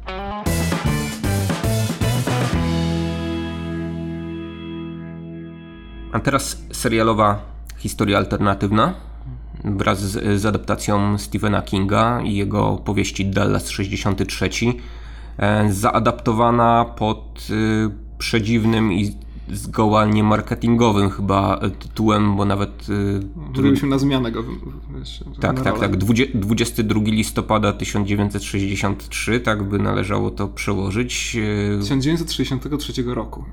A teraz serialowa historia alternatywna wraz z adaptacją Stephena Kinga i jego powieści Dallas 63, zaadaptowana pod przedziwnym i zgoła niemarketingowym chyba tytułem, bo nawet... Mówiliśmy na zmianę go. Tak. 22 listopada 1963, tak by należało to przełożyć. 1963 roku.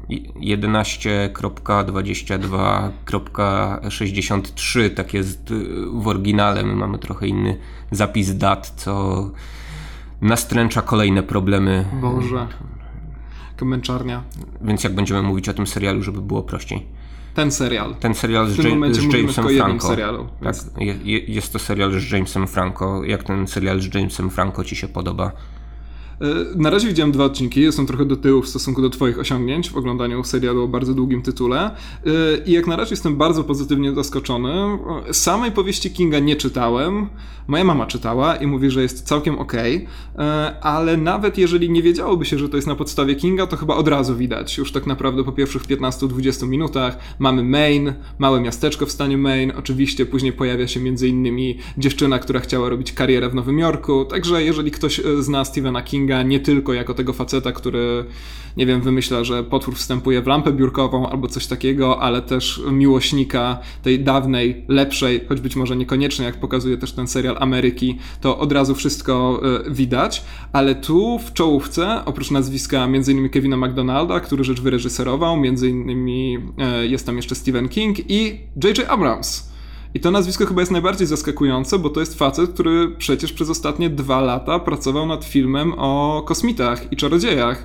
11.22.63, tak jest w oryginale. My mamy trochę inny zapis dat, co nastręcza kolejne problemy. Boże. Męczarnia. Więc jak będziemy mówić o tym serialu, żeby było prościej? Ten serial z Jamesem Franco. Serialu, tak, jest to serial z Jamesem Franco. Jak ten serial z Jamesem Franco ci się podoba? Na razie widziałem 2 odcinki, jestem trochę do tyłu w stosunku do twoich osiągnięć w oglądaniu serialu o bardzo długim tytule i jak na razie jestem bardzo pozytywnie zaskoczony. Samej powieści Kinga nie czytałem, moja mama czytała i mówi, że jest całkiem okej, ale nawet jeżeli nie wiedziałoby się, że to jest na podstawie Kinga, to chyba od razu widać. Już tak naprawdę po pierwszych 15-20 minutach mamy Maine, małe miasteczko w stanie Maine, oczywiście później pojawia się między innymi dziewczyna, która chciała robić karierę w Nowym Jorku, także jeżeli ktoś zna Stephena Kinga nie tylko jako tego faceta, który, nie wiem, wymyśla, że potwór wstępuje w lampę biurkową albo coś takiego, ale też miłośnika tej dawnej, lepszej, choć być może niekoniecznie, jak pokazuje też ten serial Ameryki, to od razu wszystko widać, ale tu w czołówce, oprócz nazwiska m.in. Kevina McDonalda, który rzecz wyreżyserował, m.in. jest tam jeszcze Stephen King i J.J. Abrams. I to nazwisko chyba jest najbardziej zaskakujące, bo to jest facet, który przecież przez ostatnie 2 lata pracował nad filmem o kosmitach i czarodziejach.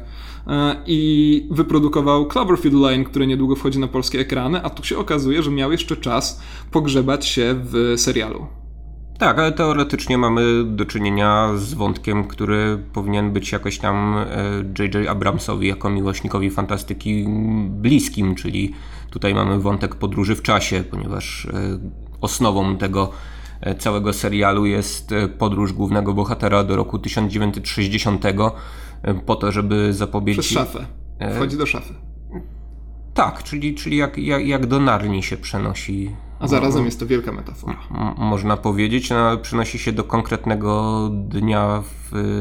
I wyprodukował Cloverfield Lane, który niedługo wchodzi na polskie ekrany, a tu się okazuje, że miał jeszcze czas pogrzebać się w serialu. Tak, ale teoretycznie mamy do czynienia z wątkiem, który powinien być jakoś tam J.J. Abramsowi jako miłośnikowi fantastyki bliskim, czyli tutaj mamy wątek podróży w czasie, ponieważ osnową tego całego serialu jest podróż głównego bohatera do roku 1960 po to, żeby zapobiec... Przez szafę. Wchodzi do szafy. Tak, czyli jak do Narni się przenosi. A zarazem jest to wielka metafora. Można powiedzieć, przenosi się do konkretnego dnia w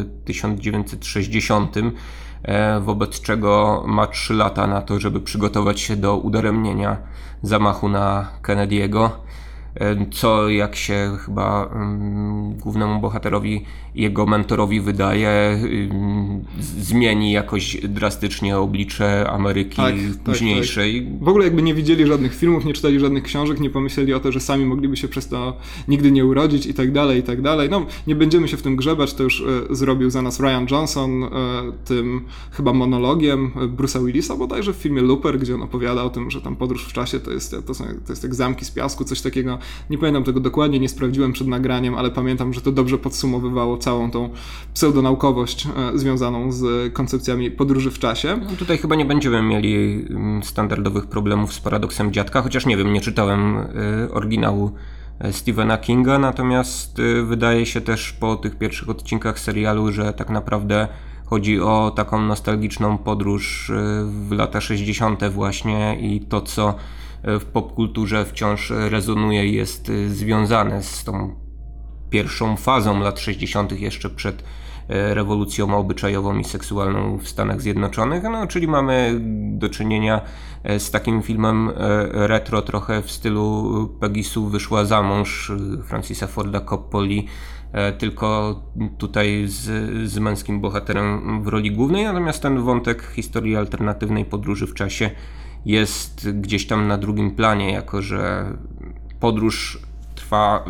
1960, wobec czego ma 3 lata na to, żeby przygotować się do udaremnienia zamachu na Kennedy'ego, co jak się chyba głównemu bohaterowi i jego mentorowi wydaje, zmieni jakoś drastycznie oblicze Ameryki późniejszej. Tak. W ogóle jakby nie widzieli żadnych filmów, nie czytali żadnych książek, nie pomyśleli o to, że sami mogliby się przez to nigdy nie urodzić i tak dalej, i tak dalej. No, nie będziemy się w tym grzebać, to już zrobił za nas Rian Johnson tym chyba monologiem Bruce'a Willisa bodajże w filmie Looper, gdzie on opowiada o tym, że tam podróż w czasie to jest jak zamki z piasku, coś takiego. Nie pamiętam tego dokładnie, nie sprawdziłem przed nagraniem, ale pamiętam, że to dobrze podsumowywało całą tą pseudonaukowość związaną z koncepcjami podróży w czasie. No tutaj chyba nie będziemy mieli standardowych problemów z paradoksem dziadka, chociaż nie wiem, nie czytałem oryginału Stephena Kinga, natomiast wydaje się też po tych pierwszych odcinkach serialu, że tak naprawdę chodzi o taką nostalgiczną podróż w lata 60. właśnie i to, co w popkulturze wciąż rezonuje, jest związane z tą pierwszą fazą lat 60. jeszcze przed rewolucją obyczajową i seksualną w Stanach Zjednoczonych, no, czyli mamy do czynienia z takim filmem retro trochę w stylu Peggy Sue wyszła za mąż Francisa Forda Coppoli, tylko tutaj z męskim bohaterem w roli głównej, natomiast ten wątek historii alternatywnej podróży w czasie jest gdzieś tam na drugim planie, jako że podróż trwa...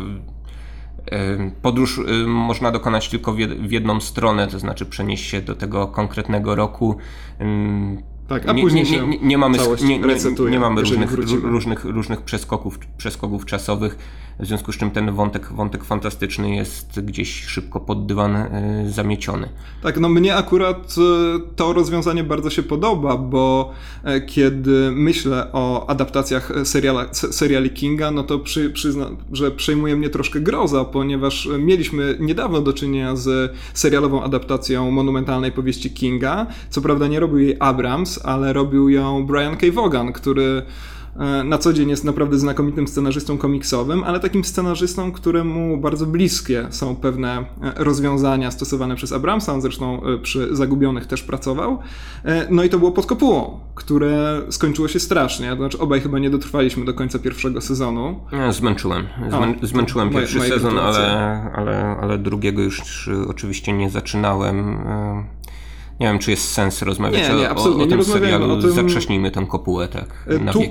Podróż można dokonać tylko w jedną stronę, to znaczy przenieść się do tego konkretnego roku. Tak, a później nie mamy różnych przeskoków czasowych, w związku z czym ten wątek fantastyczny jest gdzieś szybko pod dywan zamieciony. Tak, no mnie akurat to rozwiązanie bardzo się podoba, bo kiedy myślę o adaptacjach seriali Kinga, no to przyznam, że przejmuje mnie troszkę groza, ponieważ mieliśmy niedawno do czynienia z serialową adaptacją monumentalnej powieści Kinga. Co prawda nie robił jej Abrams, ale robił ją Brian K. Vaughan, który na co dzień jest naprawdę znakomitym scenarzystą komiksowym, ale takim scenarzystą, któremu bardzo bliskie są pewne rozwiązania stosowane przez Abramsa. On zresztą przy Zagubionych też pracował. No i to było Pod kopułą, które skończyło się strasznie. To znaczy obaj chyba nie dotrwaliśmy do końca pierwszego sezonu. Ja zmęczyłem pierwszy sezon, ale drugiego już oczywiście nie zaczynałem. Nie wiem, czy jest sens rozmawiać o tym serialu. Zatrzaśnijmy tę kopułę, tak.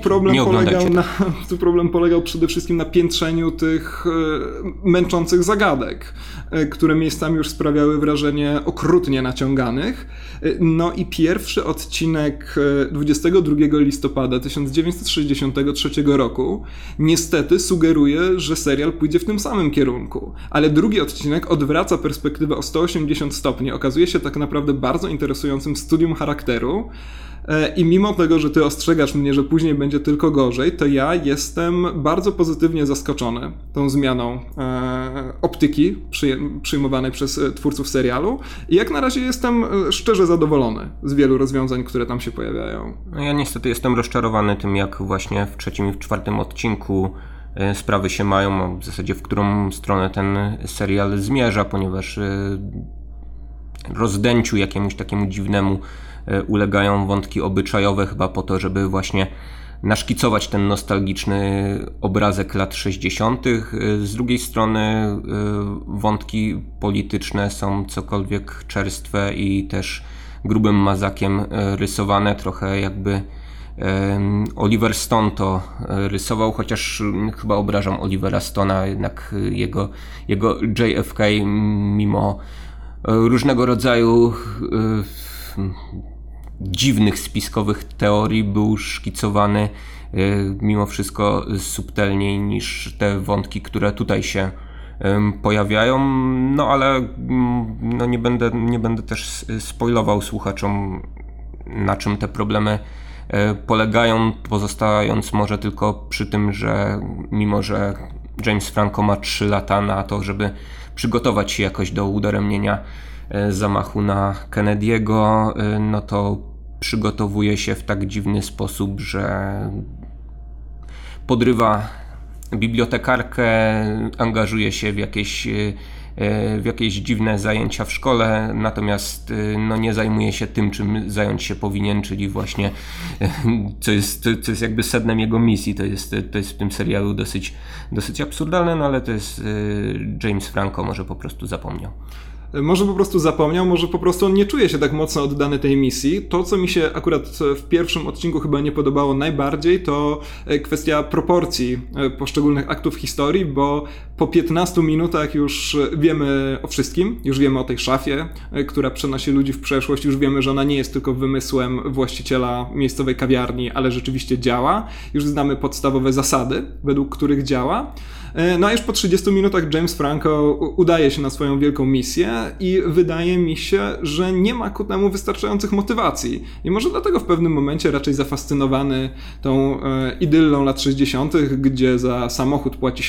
Tu problem polegał przede wszystkim na piętrzeniu tych męczących zagadek, które miejscami już sprawiały wrażenie okrutnie naciąganych. No i pierwszy odcinek 22 listopada 1963 roku niestety sugeruje, że serial pójdzie w tym samym kierunku. Ale drugi odcinek odwraca perspektywę o 180 stopni. Okazuje się tak naprawdę bardzo interesującym studium charakteru i mimo tego, że ty ostrzegasz mnie, że później będzie tylko gorzej, to ja jestem bardzo pozytywnie zaskoczony tą zmianą optyki przyjmowanej przez twórców serialu i jak na razie jestem szczerze zadowolony z wielu rozwiązań, które tam się pojawiają. No ja niestety jestem rozczarowany tym, jak właśnie w 3. i w 4. odcinku sprawy się mają, w zasadzie w którą stronę ten serial zmierza, ponieważ rozdęciu jakiemuś takiemu dziwnemu ulegają wątki obyczajowe, chyba po to, żeby właśnie naszkicować ten nostalgiczny obrazek lat 60. Z drugiej strony wątki polityczne są cokolwiek czerstwe i też grubym mazakiem rysowane, trochę jakby Oliver Stone to rysował, chociaż chyba obrażam Olivera Stone'a, jednak jego JFK mimo różnego rodzaju dziwnych spiskowych teorii był szkicowany mimo wszystko subtelniej niż te wątki, które tutaj się pojawiają, no ale no nie będę też spoilował słuchaczom, na czym te problemy polegają, pozostając może tylko przy tym, że mimo że James Franco ma 3 lata na to, żeby przygotować się jakoś do udaremnienia zamachu na Kennedy'ego, no to przygotowuje się w tak dziwny sposób, że podrywa bibliotekarkę, angażuje się w jakieś dziwne zajęcia w szkole, natomiast no, nie zajmuje się tym, czym zająć się powinien, czyli właśnie co jest jakby sednem jego misji. To jest w tym serialu dosyć absurdalne, no ale to jest James Franco, może po prostu zapomniał. Może po prostu zapomniał, może po prostu on nie czuje się tak mocno oddany tej misji. To, co mi się akurat w pierwszym odcinku chyba nie podobało najbardziej, to kwestia proporcji poszczególnych aktów historii, bo po 15 minutach już wiemy o wszystkim. Już wiemy o tej szafie, która przenosi ludzi w przeszłość. Już wiemy, że ona nie jest tylko wymysłem właściciela miejscowej kawiarni, ale rzeczywiście działa. Już znamy podstawowe zasady, według których działa. No a już po 30 minutach James Franco udaje się na swoją wielką misję i wydaje mi się, że nie ma ku temu wystarczających motywacji. I może dlatego w pewnym momencie raczej zafascynowany tą idyllą lat 60., gdzie za samochód płaci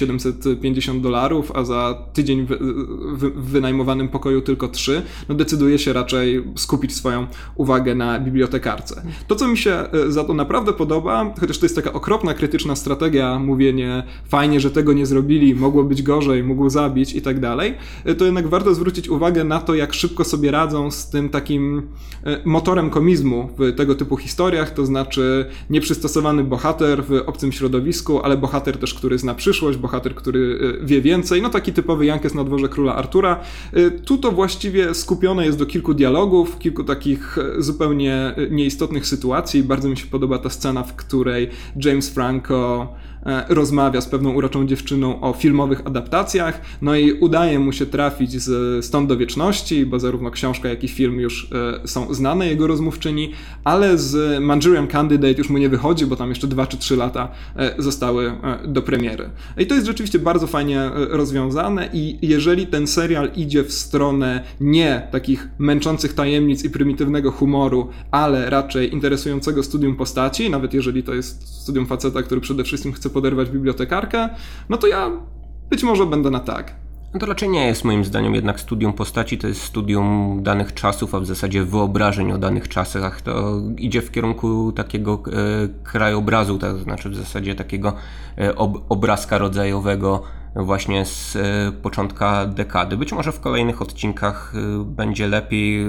$750, a za tydzień w wynajmowanym pokoju tylko 3, no decyduje się raczej skupić swoją uwagę na bibliotekarce. To, co mi się za to naprawdę podoba, chociaż to jest taka okropna, krytyczna strategia, mówienie fajnie, że tego nie zrobili, mogło być gorzej, mógł zabić i tak dalej, to jednak warto zwrócić uwagę na to, jak szybko sobie radzą z tym takim motorem komizmu w tego typu historiach, to znaczy nieprzystosowany bohater w obcym środowisku, ale bohater też, który zna przyszłość, bohater, który wie więcej, no taki typowy Jankes na dworze króla Artura. Tu to właściwie skupione jest do kilku dialogów, kilku takich zupełnie nieistotnych sytuacji. Bardzo mi się podoba ta scena, w której James Franco rozmawia z pewną uroczą dziewczyną o filmowych adaptacjach, no i udaje mu się trafić z Stąd do wieczności, bo zarówno książka, jak i film już są znane jego rozmówczyni, ale z Manchurian Candidate już mu nie wychodzi, bo tam jeszcze 2 czy 3 lata zostały do premiery. I to jest rzeczywiście bardzo fajnie rozwiązane i jeżeli ten serial idzie w stronę nie takich męczących tajemnic i prymitywnego humoru, ale raczej interesującego studium postaci, nawet jeżeli to jest studium faceta, który przede wszystkim chce poderwać bibliotekarkę, no to ja być może będę na tak. No to raczej nie jest moim zdaniem jednak studium postaci, to jest studium danych czasów, a w zasadzie wyobrażeń o danych czasach. To idzie w kierunku takiego krajobrazu, to znaczy w zasadzie takiego obrazka rodzajowego właśnie z początka dekady. Być może w kolejnych odcinkach będzie lepiej,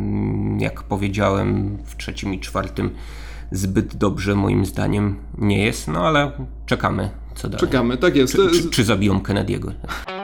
jak powiedziałem, w 3. i 4. zbyt dobrze moim zdaniem nie jest, no ale czekamy, co dalej. Czekamy, tak jest. Czy zabiją Kennedy'ego?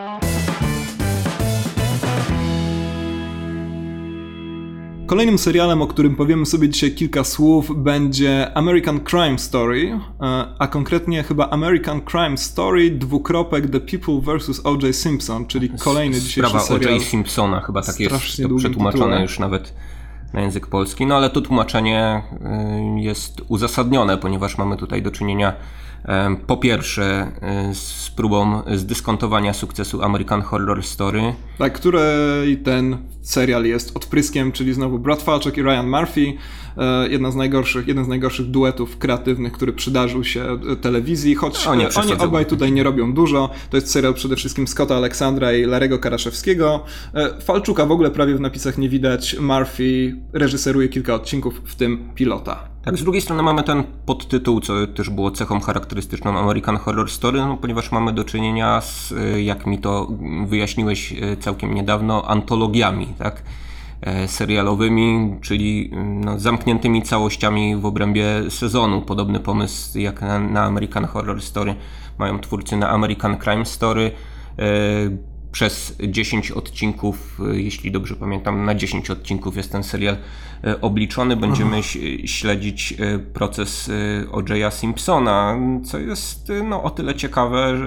Kolejnym serialem, o którym powiemy sobie dzisiaj kilka słów, będzie American Crime Story, a konkretnie chyba American Crime Story The People vs. O.J. Simpson, czyli kolejny dzisiejszy serial. Sprawa O.J. Simpsona, chyba tak jest to przetłumaczone już nawet na język polski, no ale to tłumaczenie jest uzasadnione, ponieważ mamy tutaj do czynienia po pierwsze z próbą zdyskontowania sukcesu American Horror Story. Tak, której ten serial jest odpryskiem, czyli znowu Brad Falchuk i Ryan Murphy. Jeden z najgorszych duetów kreatywnych, który przydarzył się telewizji, choć oni obaj tutaj nie robią dużo. To jest serial przede wszystkim Scotta Aleksandra i Larry'ego Karaszewskiego. Falczuka w ogóle prawie w napisach nie widać. Murphy reżyseruje kilka odcinków, w tym pilota. Tak, z drugiej strony mamy ten podtytuł, co też było cechą charakterystyczną American Horror Story, no, ponieważ mamy do czynienia z, jak mi to wyjaśniłeś całkiem niedawno, antologiami, tak? Serialowymi, czyli no, zamkniętymi całościami w obrębie sezonu. Podobny pomysł jak na American Horror Story mają twórcy na American Crime Story. przez 10 odcinków, jeśli dobrze pamiętam, na 10 odcinków jest ten serial obliczony. Będziemy śledzić proces O.J. Simpsona, co jest o tyle ciekawe,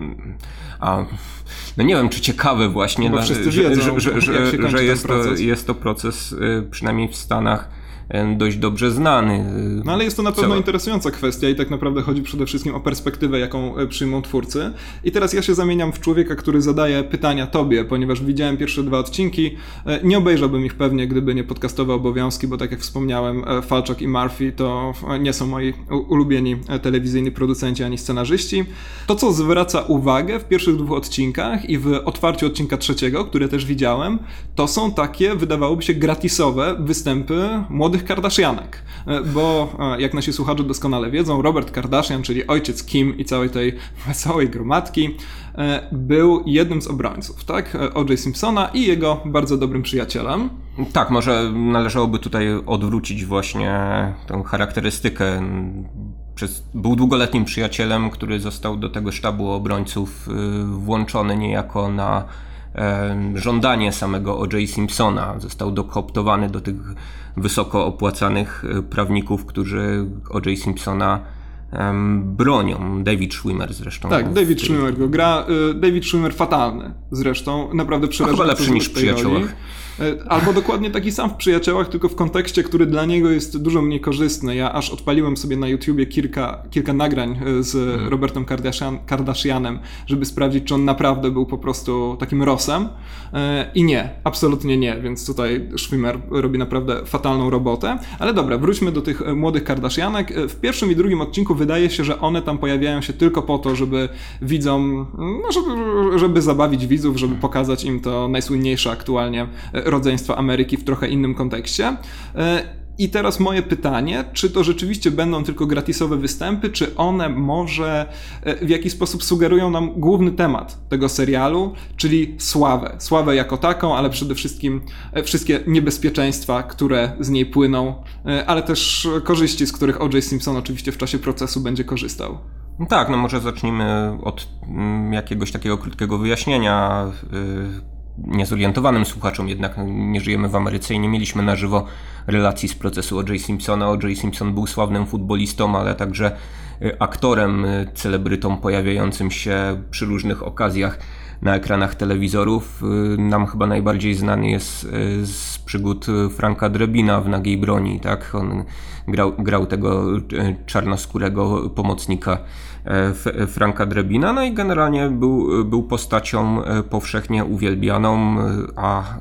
no nie wiem, czy ciekawe właśnie, że jest to proces, przynajmniej w Stanach, dość dobrze znany. No ale jest to na pewno interesująca kwestia i tak naprawdę chodzi przede wszystkim o perspektywę, jaką przyjmą twórcy. I teraz ja się zamieniam w człowieka, który zadaje pytania tobie, ponieważ widziałem pierwsze 2 odcinki. Nie obejrzałbym ich pewnie, gdyby nie podcastowe obowiązki, bo tak jak wspomniałem, Falczak i Murphy to nie są moi ulubieni telewizyjni producenci ani scenarzyści. To, co zwraca uwagę w pierwszych 2 odcinkach i w otwarciu odcinka 3, które też widziałem, to są takie, wydawałoby się, gratisowe występy młodych Kardashianek, bo jak nasi słuchacze doskonale wiedzą, Robert Kardashian, czyli ojciec Kim i całej tej wesołej gromadki, był jednym z obrońców, tak? O.J. Simpsona i jego bardzo dobrym przyjacielem. Tak, może należałoby tutaj odwrócić właśnie tę charakterystykę. Był długoletnim przyjacielem, który został do tego sztabu obrońców włączony niejako na żądanie samego O.J. Simpsona. Został dokooptowany do tych wysoko opłacanych prawników, którzy O.J. Simpsona bronią. David Schwimmer zresztą. Tak, David Schwimmer go gra. David Schwimmer fatalny zresztą. Naprawdę przerażający. Chyba lepszy niż w Przyjaciołach. Albo dokładnie taki sam w Przyjaciołach, tylko w kontekście, który dla niego jest dużo mniej korzystny. Ja aż odpaliłem sobie na YouTubie kilka nagrań z Robertem Kardashianem, żeby sprawdzić, czy on naprawdę był po prostu takim Rossem. I nie, absolutnie nie, więc tutaj Schwimmer robi naprawdę fatalną robotę. Ale dobra, wróćmy do tych młodych Kardashianek. W pierwszym i drugim odcinku wydaje się, że one tam pojawiają się tylko po to, żeby widzom, żeby zabawić widzów, żeby pokazać im to najsłynniejsze aktualnie rodzeństwo Ameryki w trochę innym kontekście. I teraz moje pytanie, czy to rzeczywiście będą tylko gratisowe występy, czy one może w jakiś sposób sugerują nam główny temat tego serialu, czyli sławę. Sławę jako taką, ale przede wszystkim wszystkie niebezpieczeństwa, które z niej płyną, ale też korzyści, z których O.J. Simpson oczywiście w czasie procesu będzie korzystał. No tak, no może zacznijmy od jakiegoś takiego krótkiego wyjaśnienia niezorientowanym słuchaczom, jednak nie żyjemy w Ameryce i nie mieliśmy na żywo relacji z procesu O.J. Simpsona. O.J. Simpson był sławnym futbolistą, ale także aktorem, celebrytą pojawiającym się przy różnych okazjach na ekranach telewizorów. Nam chyba najbardziej znany jest z przygód Franka Drebina w Nagiej broni, tak? On grał tego czarnoskórego pomocnika Franka Drebina, no i generalnie był postacią powszechnie uwielbianą, a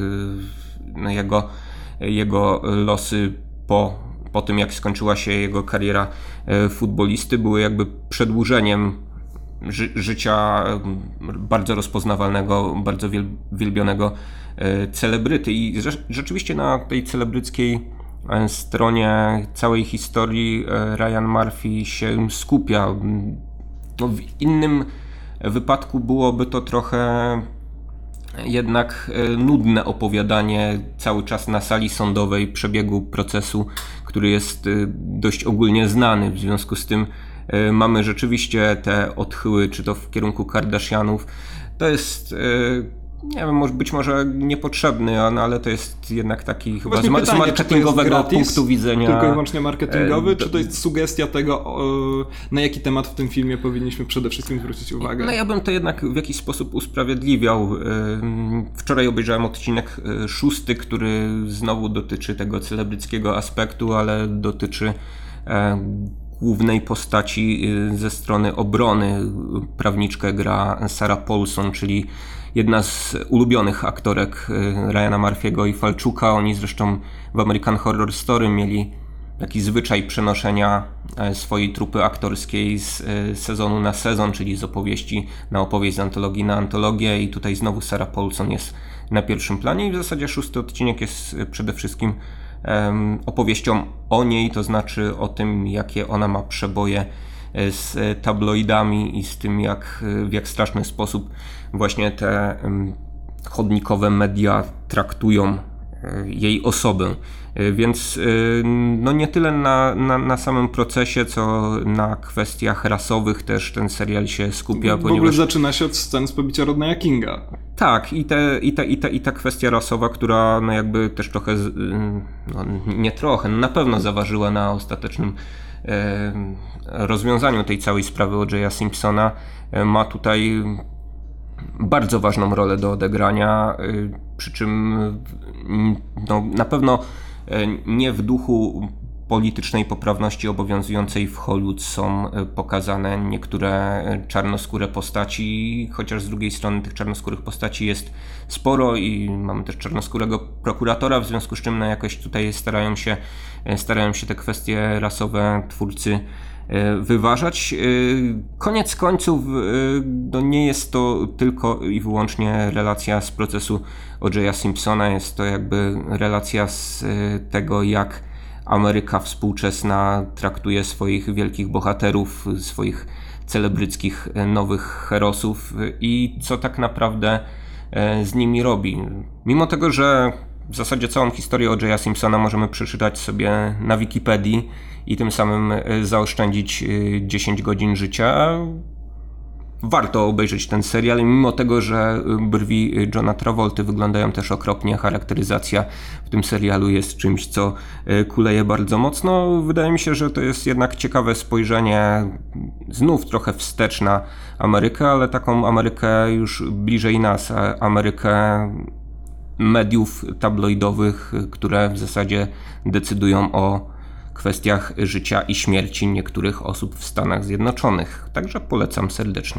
jego losy po tym, jak skończyła się jego kariera futbolisty, były jakby przedłużeniem życia bardzo rozpoznawalnego, bardzo wielbionego celebryty. I rzeczywiście na tej celebryckiej stronie całej historii Ryan Murphy się skupia. No, w innym wypadku byłoby to trochę jednak nudne opowiadanie cały czas na sali sądowej przebiegu procesu, który jest dość ogólnie znany. W związku z tym mamy rzeczywiście te odchyły, czy to w kierunku Kardashianów. To jest, nie wiem, być może niepotrzebny, ale to jest jednak taki chyba z marketingowego punktu widzenia. Tylko i wyłącznie marketingowy, czy to jest sugestia tego, na jaki temat w tym filmie powinniśmy przede wszystkim zwrócić uwagę? No ja bym to jednak w jakiś sposób usprawiedliwiał. Wczoraj obejrzałem odcinek 6, który znowu dotyczy tego celebryckiego aspektu, ale dotyczy głównej postaci ze strony obrony. Prawniczkę gra Sarah Paulson, czyli jedna z ulubionych aktorek Ryana Murphy'ego i Falczuka. Oni zresztą w American Horror Story mieli taki zwyczaj przenoszenia swojej trupy aktorskiej z sezonu na sezon, czyli z opowieści na opowieść, z antologii na antologię, i tutaj znowu Sarah Paulson jest na pierwszym planie i w zasadzie 6. odcinek jest przede wszystkim opowieścią o niej, to znaczy o tym, jakie ona ma przeboje z tabloidami i z tym, w jak straszny sposób właśnie te chodnikowe media traktują jej osobę. Więc no nie tyle na samym procesie, co na kwestiach rasowych też ten serial się skupia. W ogóle zaczyna się od scen z pobicia Rodneya Kinga. Tak, i ta kwestia rasowa, która no jakby też trochę, no nie trochę, na pewno zaważyła na ostatecznym rozwiązaniu tej całej sprawy O.J. Simpsona, ma tutaj bardzo ważną rolę do odegrania, przy czym no, na pewno nie w duchu politycznej poprawności obowiązującej w Hollywood są pokazane niektóre czarnoskóre postaci, chociaż z drugiej strony tych czarnoskórych postaci jest sporo i mamy też czarnoskórego prokuratora, w związku z czym no, jakoś tutaj starają się te kwestie rasowe twórcy wyważać. Koniec końców no nie jest to tylko i wyłącznie relacja z procesu O.J. Simpsona, jest to jakby relacja z tego, jak Ameryka współczesna traktuje swoich wielkich bohaterów, swoich celebryckich nowych herosów i co tak naprawdę z nimi robi. Mimo tego, że w zasadzie całą historię O.J. Simpsona możemy przeczytać sobie na Wikipedii i tym samym zaoszczędzić 10 godzin życia, warto obejrzeć ten serial, mimo tego, że brwi Johna Travolty wyglądają też okropnie, charakteryzacja w tym serialu jest czymś, co kuleje bardzo mocno. Wydaje mi się, że to jest jednak ciekawe spojrzenie, znów trochę wstecz na Amerykę, ale taką Amerykę już bliżej nas, Amerykę mediów tabloidowych, które w zasadzie decydują o kwestiach życia i śmierci niektórych osób w Stanach Zjednoczonych. Także polecam serdecznie.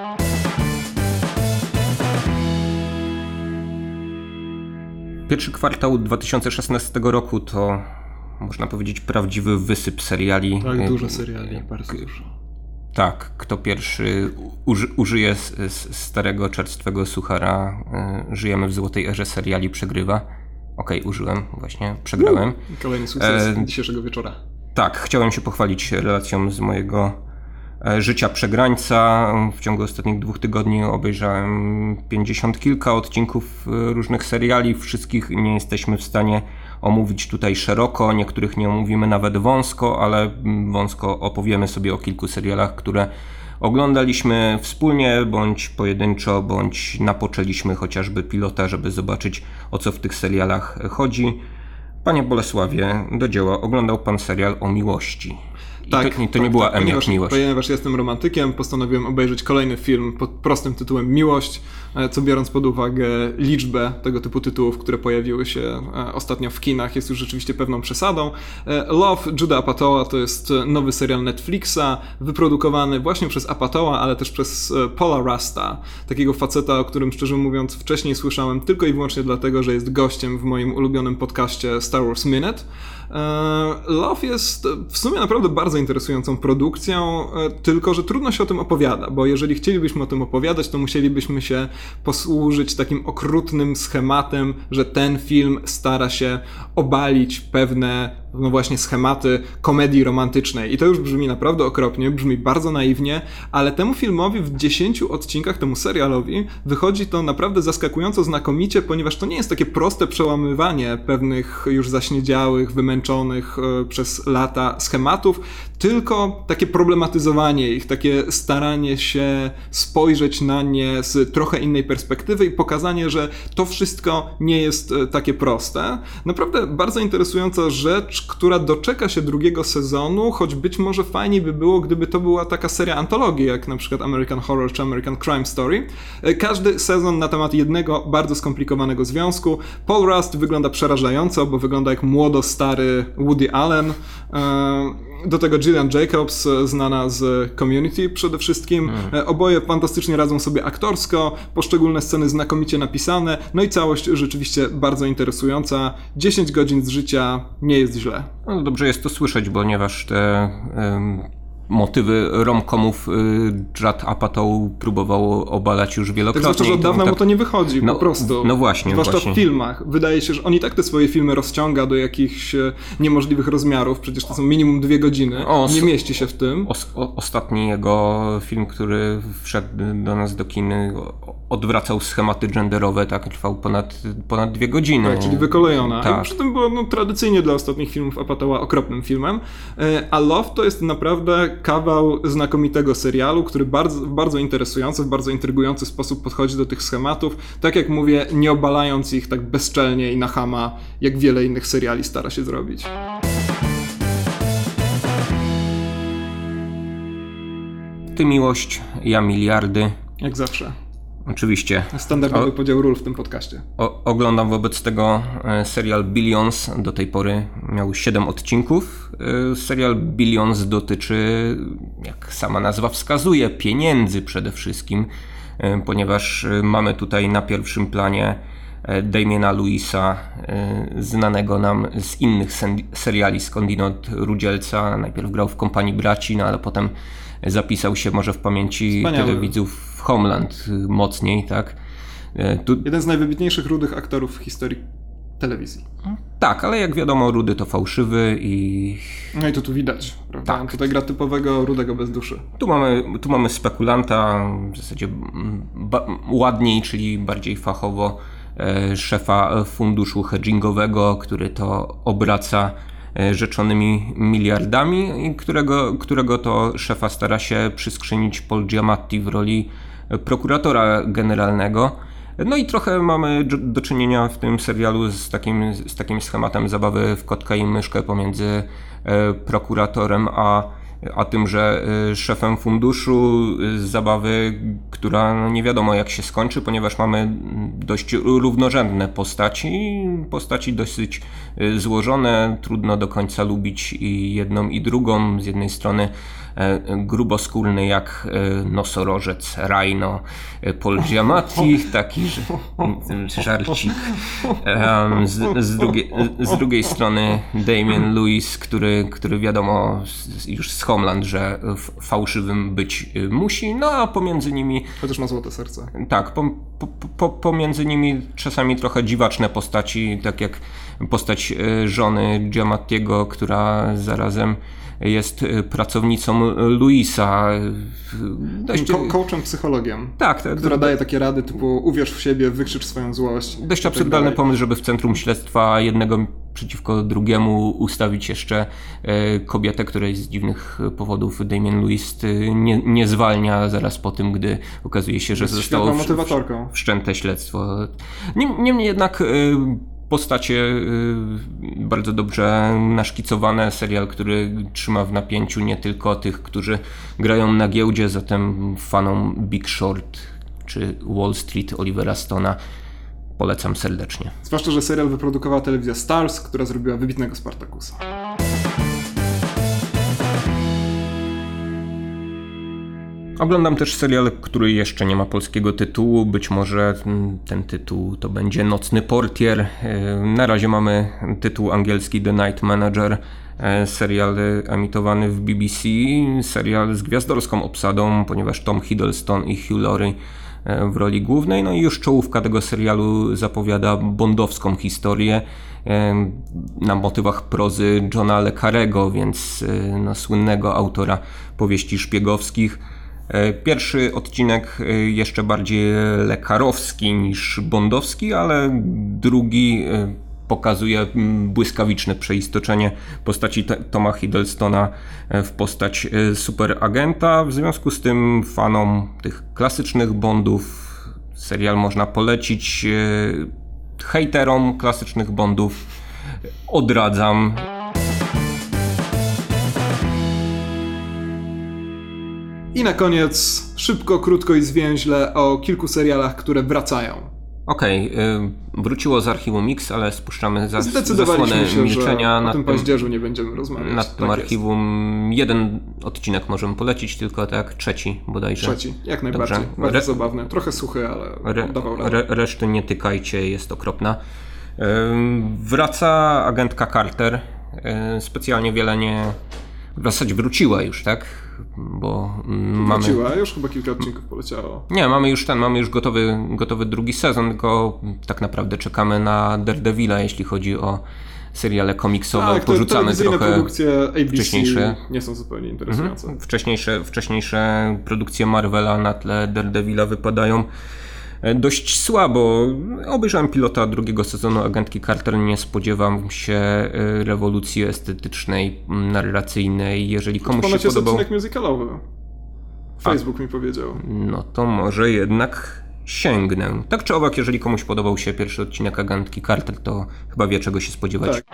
Pierwszy kwartał 2016 roku to, można powiedzieć, prawdziwy wysyp seriali. Tak, dużo seriali, bardzo dużo. Tak, kto pierwszy użyje starego, czerstwego suchara, żyjemy w złotej erze seriali, przegrywa. Okej, użyłem, właśnie, przegrałem. Kolejny sukces dzisiejszego wieczora. Tak, chciałem się pochwalić relacją z mojego życia przegrańca. W ciągu ostatnich 2 tygodni obejrzałem 50 kilka odcinków różnych seriali. Wszystkich nie jesteśmy w stanie omówić tutaj szeroko, niektórych nie omówimy nawet wąsko, ale wąsko opowiemy sobie o kilku serialach, które oglądaliśmy wspólnie, bądź pojedynczo, bądź napoczęliśmy chociażby pilota, żeby zobaczyć, o co w tych serialach chodzi. Panie Bolesławie, do dzieła. Oglądał pan serial o miłości. Tak, to nie była M jak miłość. Ponieważ jestem romantykiem, postanowiłem obejrzeć kolejny film pod prostym tytułem Miłość, co biorąc pod uwagę liczbę tego typu tytułów, które pojawiły się ostatnio w kinach, jest już rzeczywiście pewną przesadą. Love, Juda Apatowa to jest nowy serial Netflixa, wyprodukowany właśnie przez Apatowa, ale też przez Paula Rusta, takiego faceta, o którym szczerze mówiąc wcześniej słyszałem tylko i wyłącznie dlatego, że jest gościem w moim ulubionym podcaście Star Wars Minute. Love jest w sumie naprawdę bardzo interesującą produkcją, tylko że trudno się o tym opowiada, bo jeżeli chcielibyśmy o tym opowiadać, to musielibyśmy się posłużyć takim okrutnym schematem, że ten film stara się obalić pewne, no właśnie, schematy komedii romantycznej. I to już brzmi naprawdę okropnie, brzmi bardzo naiwnie, ale temu filmowi w 10 odcinkach, temu serialowi, wychodzi to naprawdę zaskakująco znakomicie, ponieważ to nie jest takie proste przełamywanie pewnych już zaśniedziałych, wymęczonych przez lata schematów, tylko takie problematyzowanie ich, takie staranie się spojrzeć na nie z trochę innej perspektywy i pokazanie, że to wszystko nie jest takie proste. Naprawdę bardzo interesująca rzecz, która doczeka się drugiego sezonu, choć być może fajniej by było, gdyby to była taka seria antologii, jak na przykład American Horror czy American Crime Story. Każdy sezon na temat jednego bardzo skomplikowanego związku. Paul Rust wygląda przerażająco, bo wygląda jak młodo-stary Woody Allen. Do tego Gillian Jacobs, znana z Community przede wszystkim. Oboje fantastycznie radzą sobie aktorsko, poszczególne sceny znakomicie napisane, no i całość rzeczywiście bardzo interesująca. 10 godzin z życia nie jest źle. No dobrze jest to słyszeć, ponieważ te motywy romkomów Judd Apatow próbował obalać już wielokrotnie. Tak, zwłaszcza, że od dawna mu to nie wychodzi, po prostu. No właśnie. Zwłaszcza w filmach. Wydaje się, że on i tak te swoje filmy rozciąga do jakichś niemożliwych rozmiarów. Przecież to są minimum 2 godziny. Nie mieści się w tym. Ostatni jego film, który wszedł do nas do kin, odwracał schematy genderowe, tak, trwał ponad 2 godziny. Tak, czyli wykolejona. Tak. I przy tym było tradycyjnie dla ostatnich filmów Apatoła okropnym filmem. A Love to jest naprawdę kawał znakomitego serialu, który w bardzo interesujący, w bardzo intrygujący sposób podchodzi do tych schematów. Tak jak mówię, nie obalając ich tak bezczelnie i na chama, jak wiele innych seriali stara się zrobić. Ty miłość, ja miliardy. Jak zawsze. Oczywiście. Standardowy podział ról w tym podcaście. Oglądam wobec tego serial Billions. Do tej pory miał 7 odcinków. Serial Billions dotyczy, jak sama nazwa wskazuje, pieniędzy przede wszystkim, ponieważ mamy tutaj na pierwszym planie Damiena Lewisa, znanego nam z innych seriali skądinąd rudzielca. Najpierw grał w Kompanii Braci, no ale potem zapisał się może w pamięci widzów w Homeland mocniej, tak? Jeden z najwybitniejszych rudych aktorów w historii telewizji. Tak, ale jak wiadomo, rudy to fałszywy i... No i to tu widać, prawda? Tak. Tutaj gra typowego rudego bez duszy. Tu mamy spekulanta, w zasadzie ładniej, czyli bardziej fachowo, szefa funduszu hedgingowego, który to obraca rzeczonymi miliardami i którego to szefa stara się przyskrzynić Paul Giamatti w roli prokuratora generalnego. No i trochę mamy do czynienia w tym serialu z takim schematem zabawy w kotka i myszkę pomiędzy prokuratorem a tymże szefem funduszu, zabawy, która nie wiadomo jak się skończy, ponieważ mamy dość równorzędne postaci dosyć złożone, trudno do końca lubić i jedną i drugą. Z jednej strony gruboskórny jak nosorożec, rhino, Paul Giamatti, taki żarcik. Z drugiej strony Damian Lewis, który wiadomo już z Homeland, że fałszywym być musi, no a pomiędzy nimi... Chociaż ma złote serce. Tak, pomiędzy nimi czasami trochę dziwaczne postaci, tak jak postać żony Giamattiego, która zarazem jest pracownicą Luisa. Coachem, psychologiem. Tak. Która daje takie rady typu uwierz w siebie, wykrzycz swoją złość. Dość absurdalny pomysł, żeby w centrum śledztwa jednego przeciwko drugiemu ustawić jeszcze kobietę, której z dziwnych powodów Damian Lewis nie zwalnia zaraz po tym, gdy okazuje się, że zostało wszczęte śledztwo. Niemniej jednak postacie bardzo dobrze naszkicowane, serial, który trzyma w napięciu nie tylko tych, którzy grają na giełdzie, zatem fanom Big Short czy Wall Street Olivera Stone'a polecam serdecznie. Zwłaszcza, że serial wyprodukowała telewizja Stars, która zrobiła wybitnego Spartakusa. Oglądam też serial, który jeszcze nie ma polskiego tytułu. Być może ten tytuł to będzie Nocny Portier. Na razie mamy tytuł angielski The Night Manager. Serial emitowany w BBC. Serial z gwiazdorską obsadą, ponieważ Tom Hiddleston i Hugh Laurie w roli głównej. No i już czołówka tego serialu zapowiada bondowską historię na motywach prozy Johna le Carrego, więc słynnego autora powieści szpiegowskich. Pierwszy odcinek jeszcze bardziej lekarowski niż bondowski, ale drugi pokazuje błyskawiczne przeistoczenie postaci Toma Hiddlestona w postać superagenta. W związku z tym fanom tych klasycznych Bondów serial można polecić. Hejterom klasycznych Bondów odradzam. I na koniec szybko, krótko i zwięźle o kilku serialach, które wracają. Okej, wróciło z Archiwum Mix, ale spuszczamy Zdecydowaliśmy się, milczenia. Że o tym paździerzu nie będziemy rozmawiać. Nad tym archiwum jeden odcinek możemy polecić, tylko tak, trzeci bodajże. Trzeci, jak najbardziej. Dobrze. Bardzo zabawny. Trochę suchy, ale dawał radę. Reszty nie tykajcie, jest okropna. Wraca agentka Carter. Specjalnie wiele nie... W zasadzie wróciła już, tak? Bo wróciła, już chyba kilka odcinków poleciało. Nie, mamy już gotowy drugi sezon, tylko tak naprawdę czekamy na Daredevila, jeśli chodzi o seriale komiksowe. Tak, porzucamy trochę produkcje ABC wcześniejsze. Nie są zupełnie interesujące. Wcześniejsze produkcje Marvela na tle Daredevila wypadają dość słabo. Obejrzałem pilota drugiego sezonu Agentki Carter, nie spodziewam się rewolucji estetycznej, narracyjnej. Jeżeli komuś się jest podobał... odcinek musicalowy. Facebook mi powiedział. No to może jednak sięgnę. Tak czy owak, jeżeli komuś podobał się pierwszy odcinek Agentki Carter, to chyba wie, czego się spodziewać. Tak.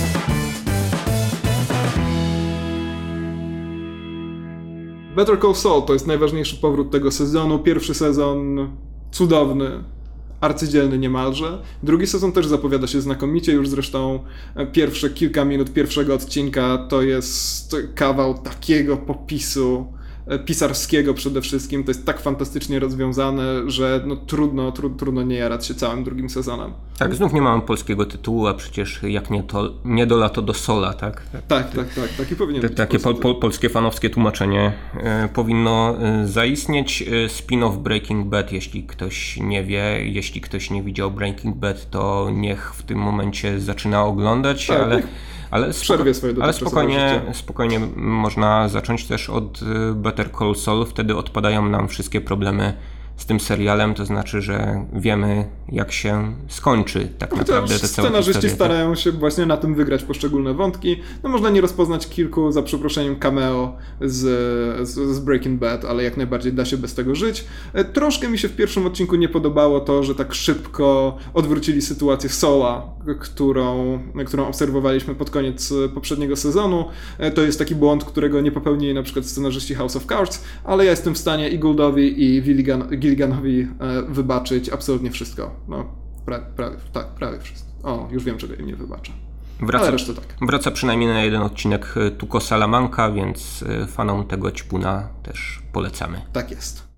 Better Call Saul to jest najważniejszy powrót tego sezonu. Pierwszy sezon cudowny, arcydzielny niemalże. Drugi sezon też zapowiada się znakomicie. Już zresztą pierwsze kilka minut pierwszego odcinka to jest kawał takiego popisu pisarskiego przede wszystkim. To jest tak fantastycznie rozwiązane, że no trudno nie jarać się całym drugim sezonem. Tak, znów nie mamy polskiego tytułu, a przecież jak nie dola, to do sola, tak? Tak. Taki powinien być. Takie polskie fanowskie tłumaczenie powinno zaistnieć. Spin-off Breaking Bad, jeśli ktoś nie wie, jeśli ktoś nie widział Breaking Bad, to niech w tym momencie zaczyna oglądać, tak, ale spokojnie można zacząć też od Better Call Saul, wtedy odpadają nam wszystkie problemy z tym serialem, to znaczy, że wiemy, jak się skończy tak naprawdę te całe scenarzyści historie. starają się właśnie na tym wygrać poszczególne wątki. No można nie rozpoznać kilku, za przeproszeniem, cameo z Breaking Bad, ale jak najbardziej da się bez tego żyć. Troszkę mi się w pierwszym odcinku nie podobało to, że tak szybko odwrócili sytuację Saula, którą obserwowaliśmy pod koniec poprzedniego sezonu. To jest taki błąd, którego nie popełnili na przykład scenarzyści House of Cards, ale ja jestem w stanie i Gouldowi i Gilliganowi wybaczyć absolutnie wszystko. No, prawie wszystko. O, już wiem, czego im nie wybaczę. Ale resztę tak. Wraca przynajmniej na jeden odcinek Tuco Salamanca, więc fanom tego ćpuna też polecamy. Tak jest.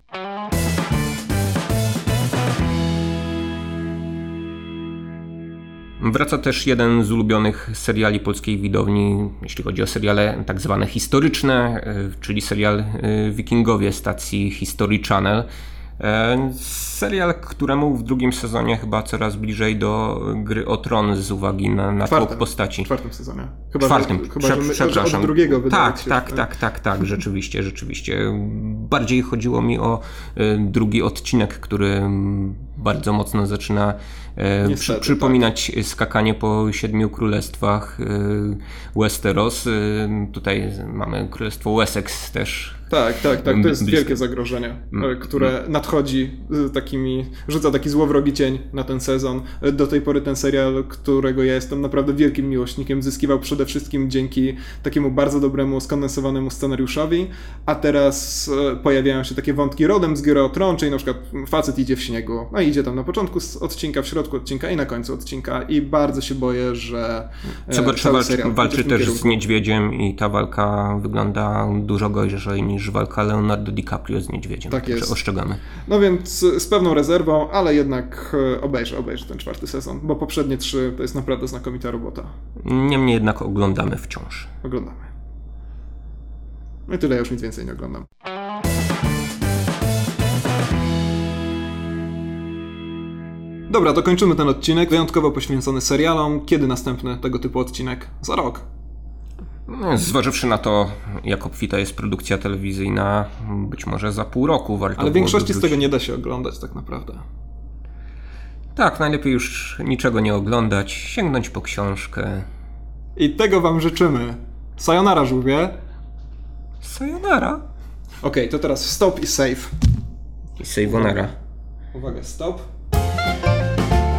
Wraca też jeden z ulubionych seriali polskiej widowni, jeśli chodzi o seriale tak zwane historyczne, czyli serial Wikingowie stacji History Channel. Serial, któremu w drugim sezonie chyba coraz bliżej do Gry o Tron z uwagi na tłok postaci. W czwartym sezonie. Przepraszam. Od drugiego tak, rzeczywiście. Bardziej chodziło mi o drugi odcinek, który bardzo mocno zaczyna przypominać skakanie po 7 królestwach Westeros. Tutaj mamy królestwo Wessex też. Tak, to jest wielkie zagrożenie, które nadchodzi rzuca taki złowrogi cień na ten sezon. Do tej pory ten serial, którego ja jestem naprawdę wielkim miłośnikiem, zyskiwał przede wszystkim dzięki takiemu bardzo dobremu, skondensowanemu scenariuszowi, a teraz pojawiają się takie wątki rodem z Gry o Tron, czyli na przykład facet idzie w śniegu, no i idzie tam na początku odcinka, w środku odcinka i na końcu odcinka i bardzo się boję, że walczy też z niedźwiedziem i ta walka wygląda dużo gorzej niż walka Leonardo DiCaprio z niedźwiedziem. Tak jest. Ostrzegamy. No więc z pewną rezerwą, ale jednak obejrzę ten czwarty sezon, bo poprzednie 3 to jest naprawdę znakomita robota. Niemniej jednak oglądamy wciąż. Oglądamy. No i tyle, już nic więcej nie oglądam. Dobra, to kończymy ten odcinek, wyjątkowo poświęcony serialom. Kiedy następny tego typu odcinek? Za rok. No, zważywszy na to, jak obfita jest produkcja telewizyjna, być może za pół roku warto. Ale większości z tego nie da się oglądać tak naprawdę. Tak, najlepiej już niczego nie oglądać, sięgnąć po książkę. I tego wam życzymy. Sayonara, żółwie. Sayonara. Okej, to teraz stop i save. I sayonara. Uwaga, stop.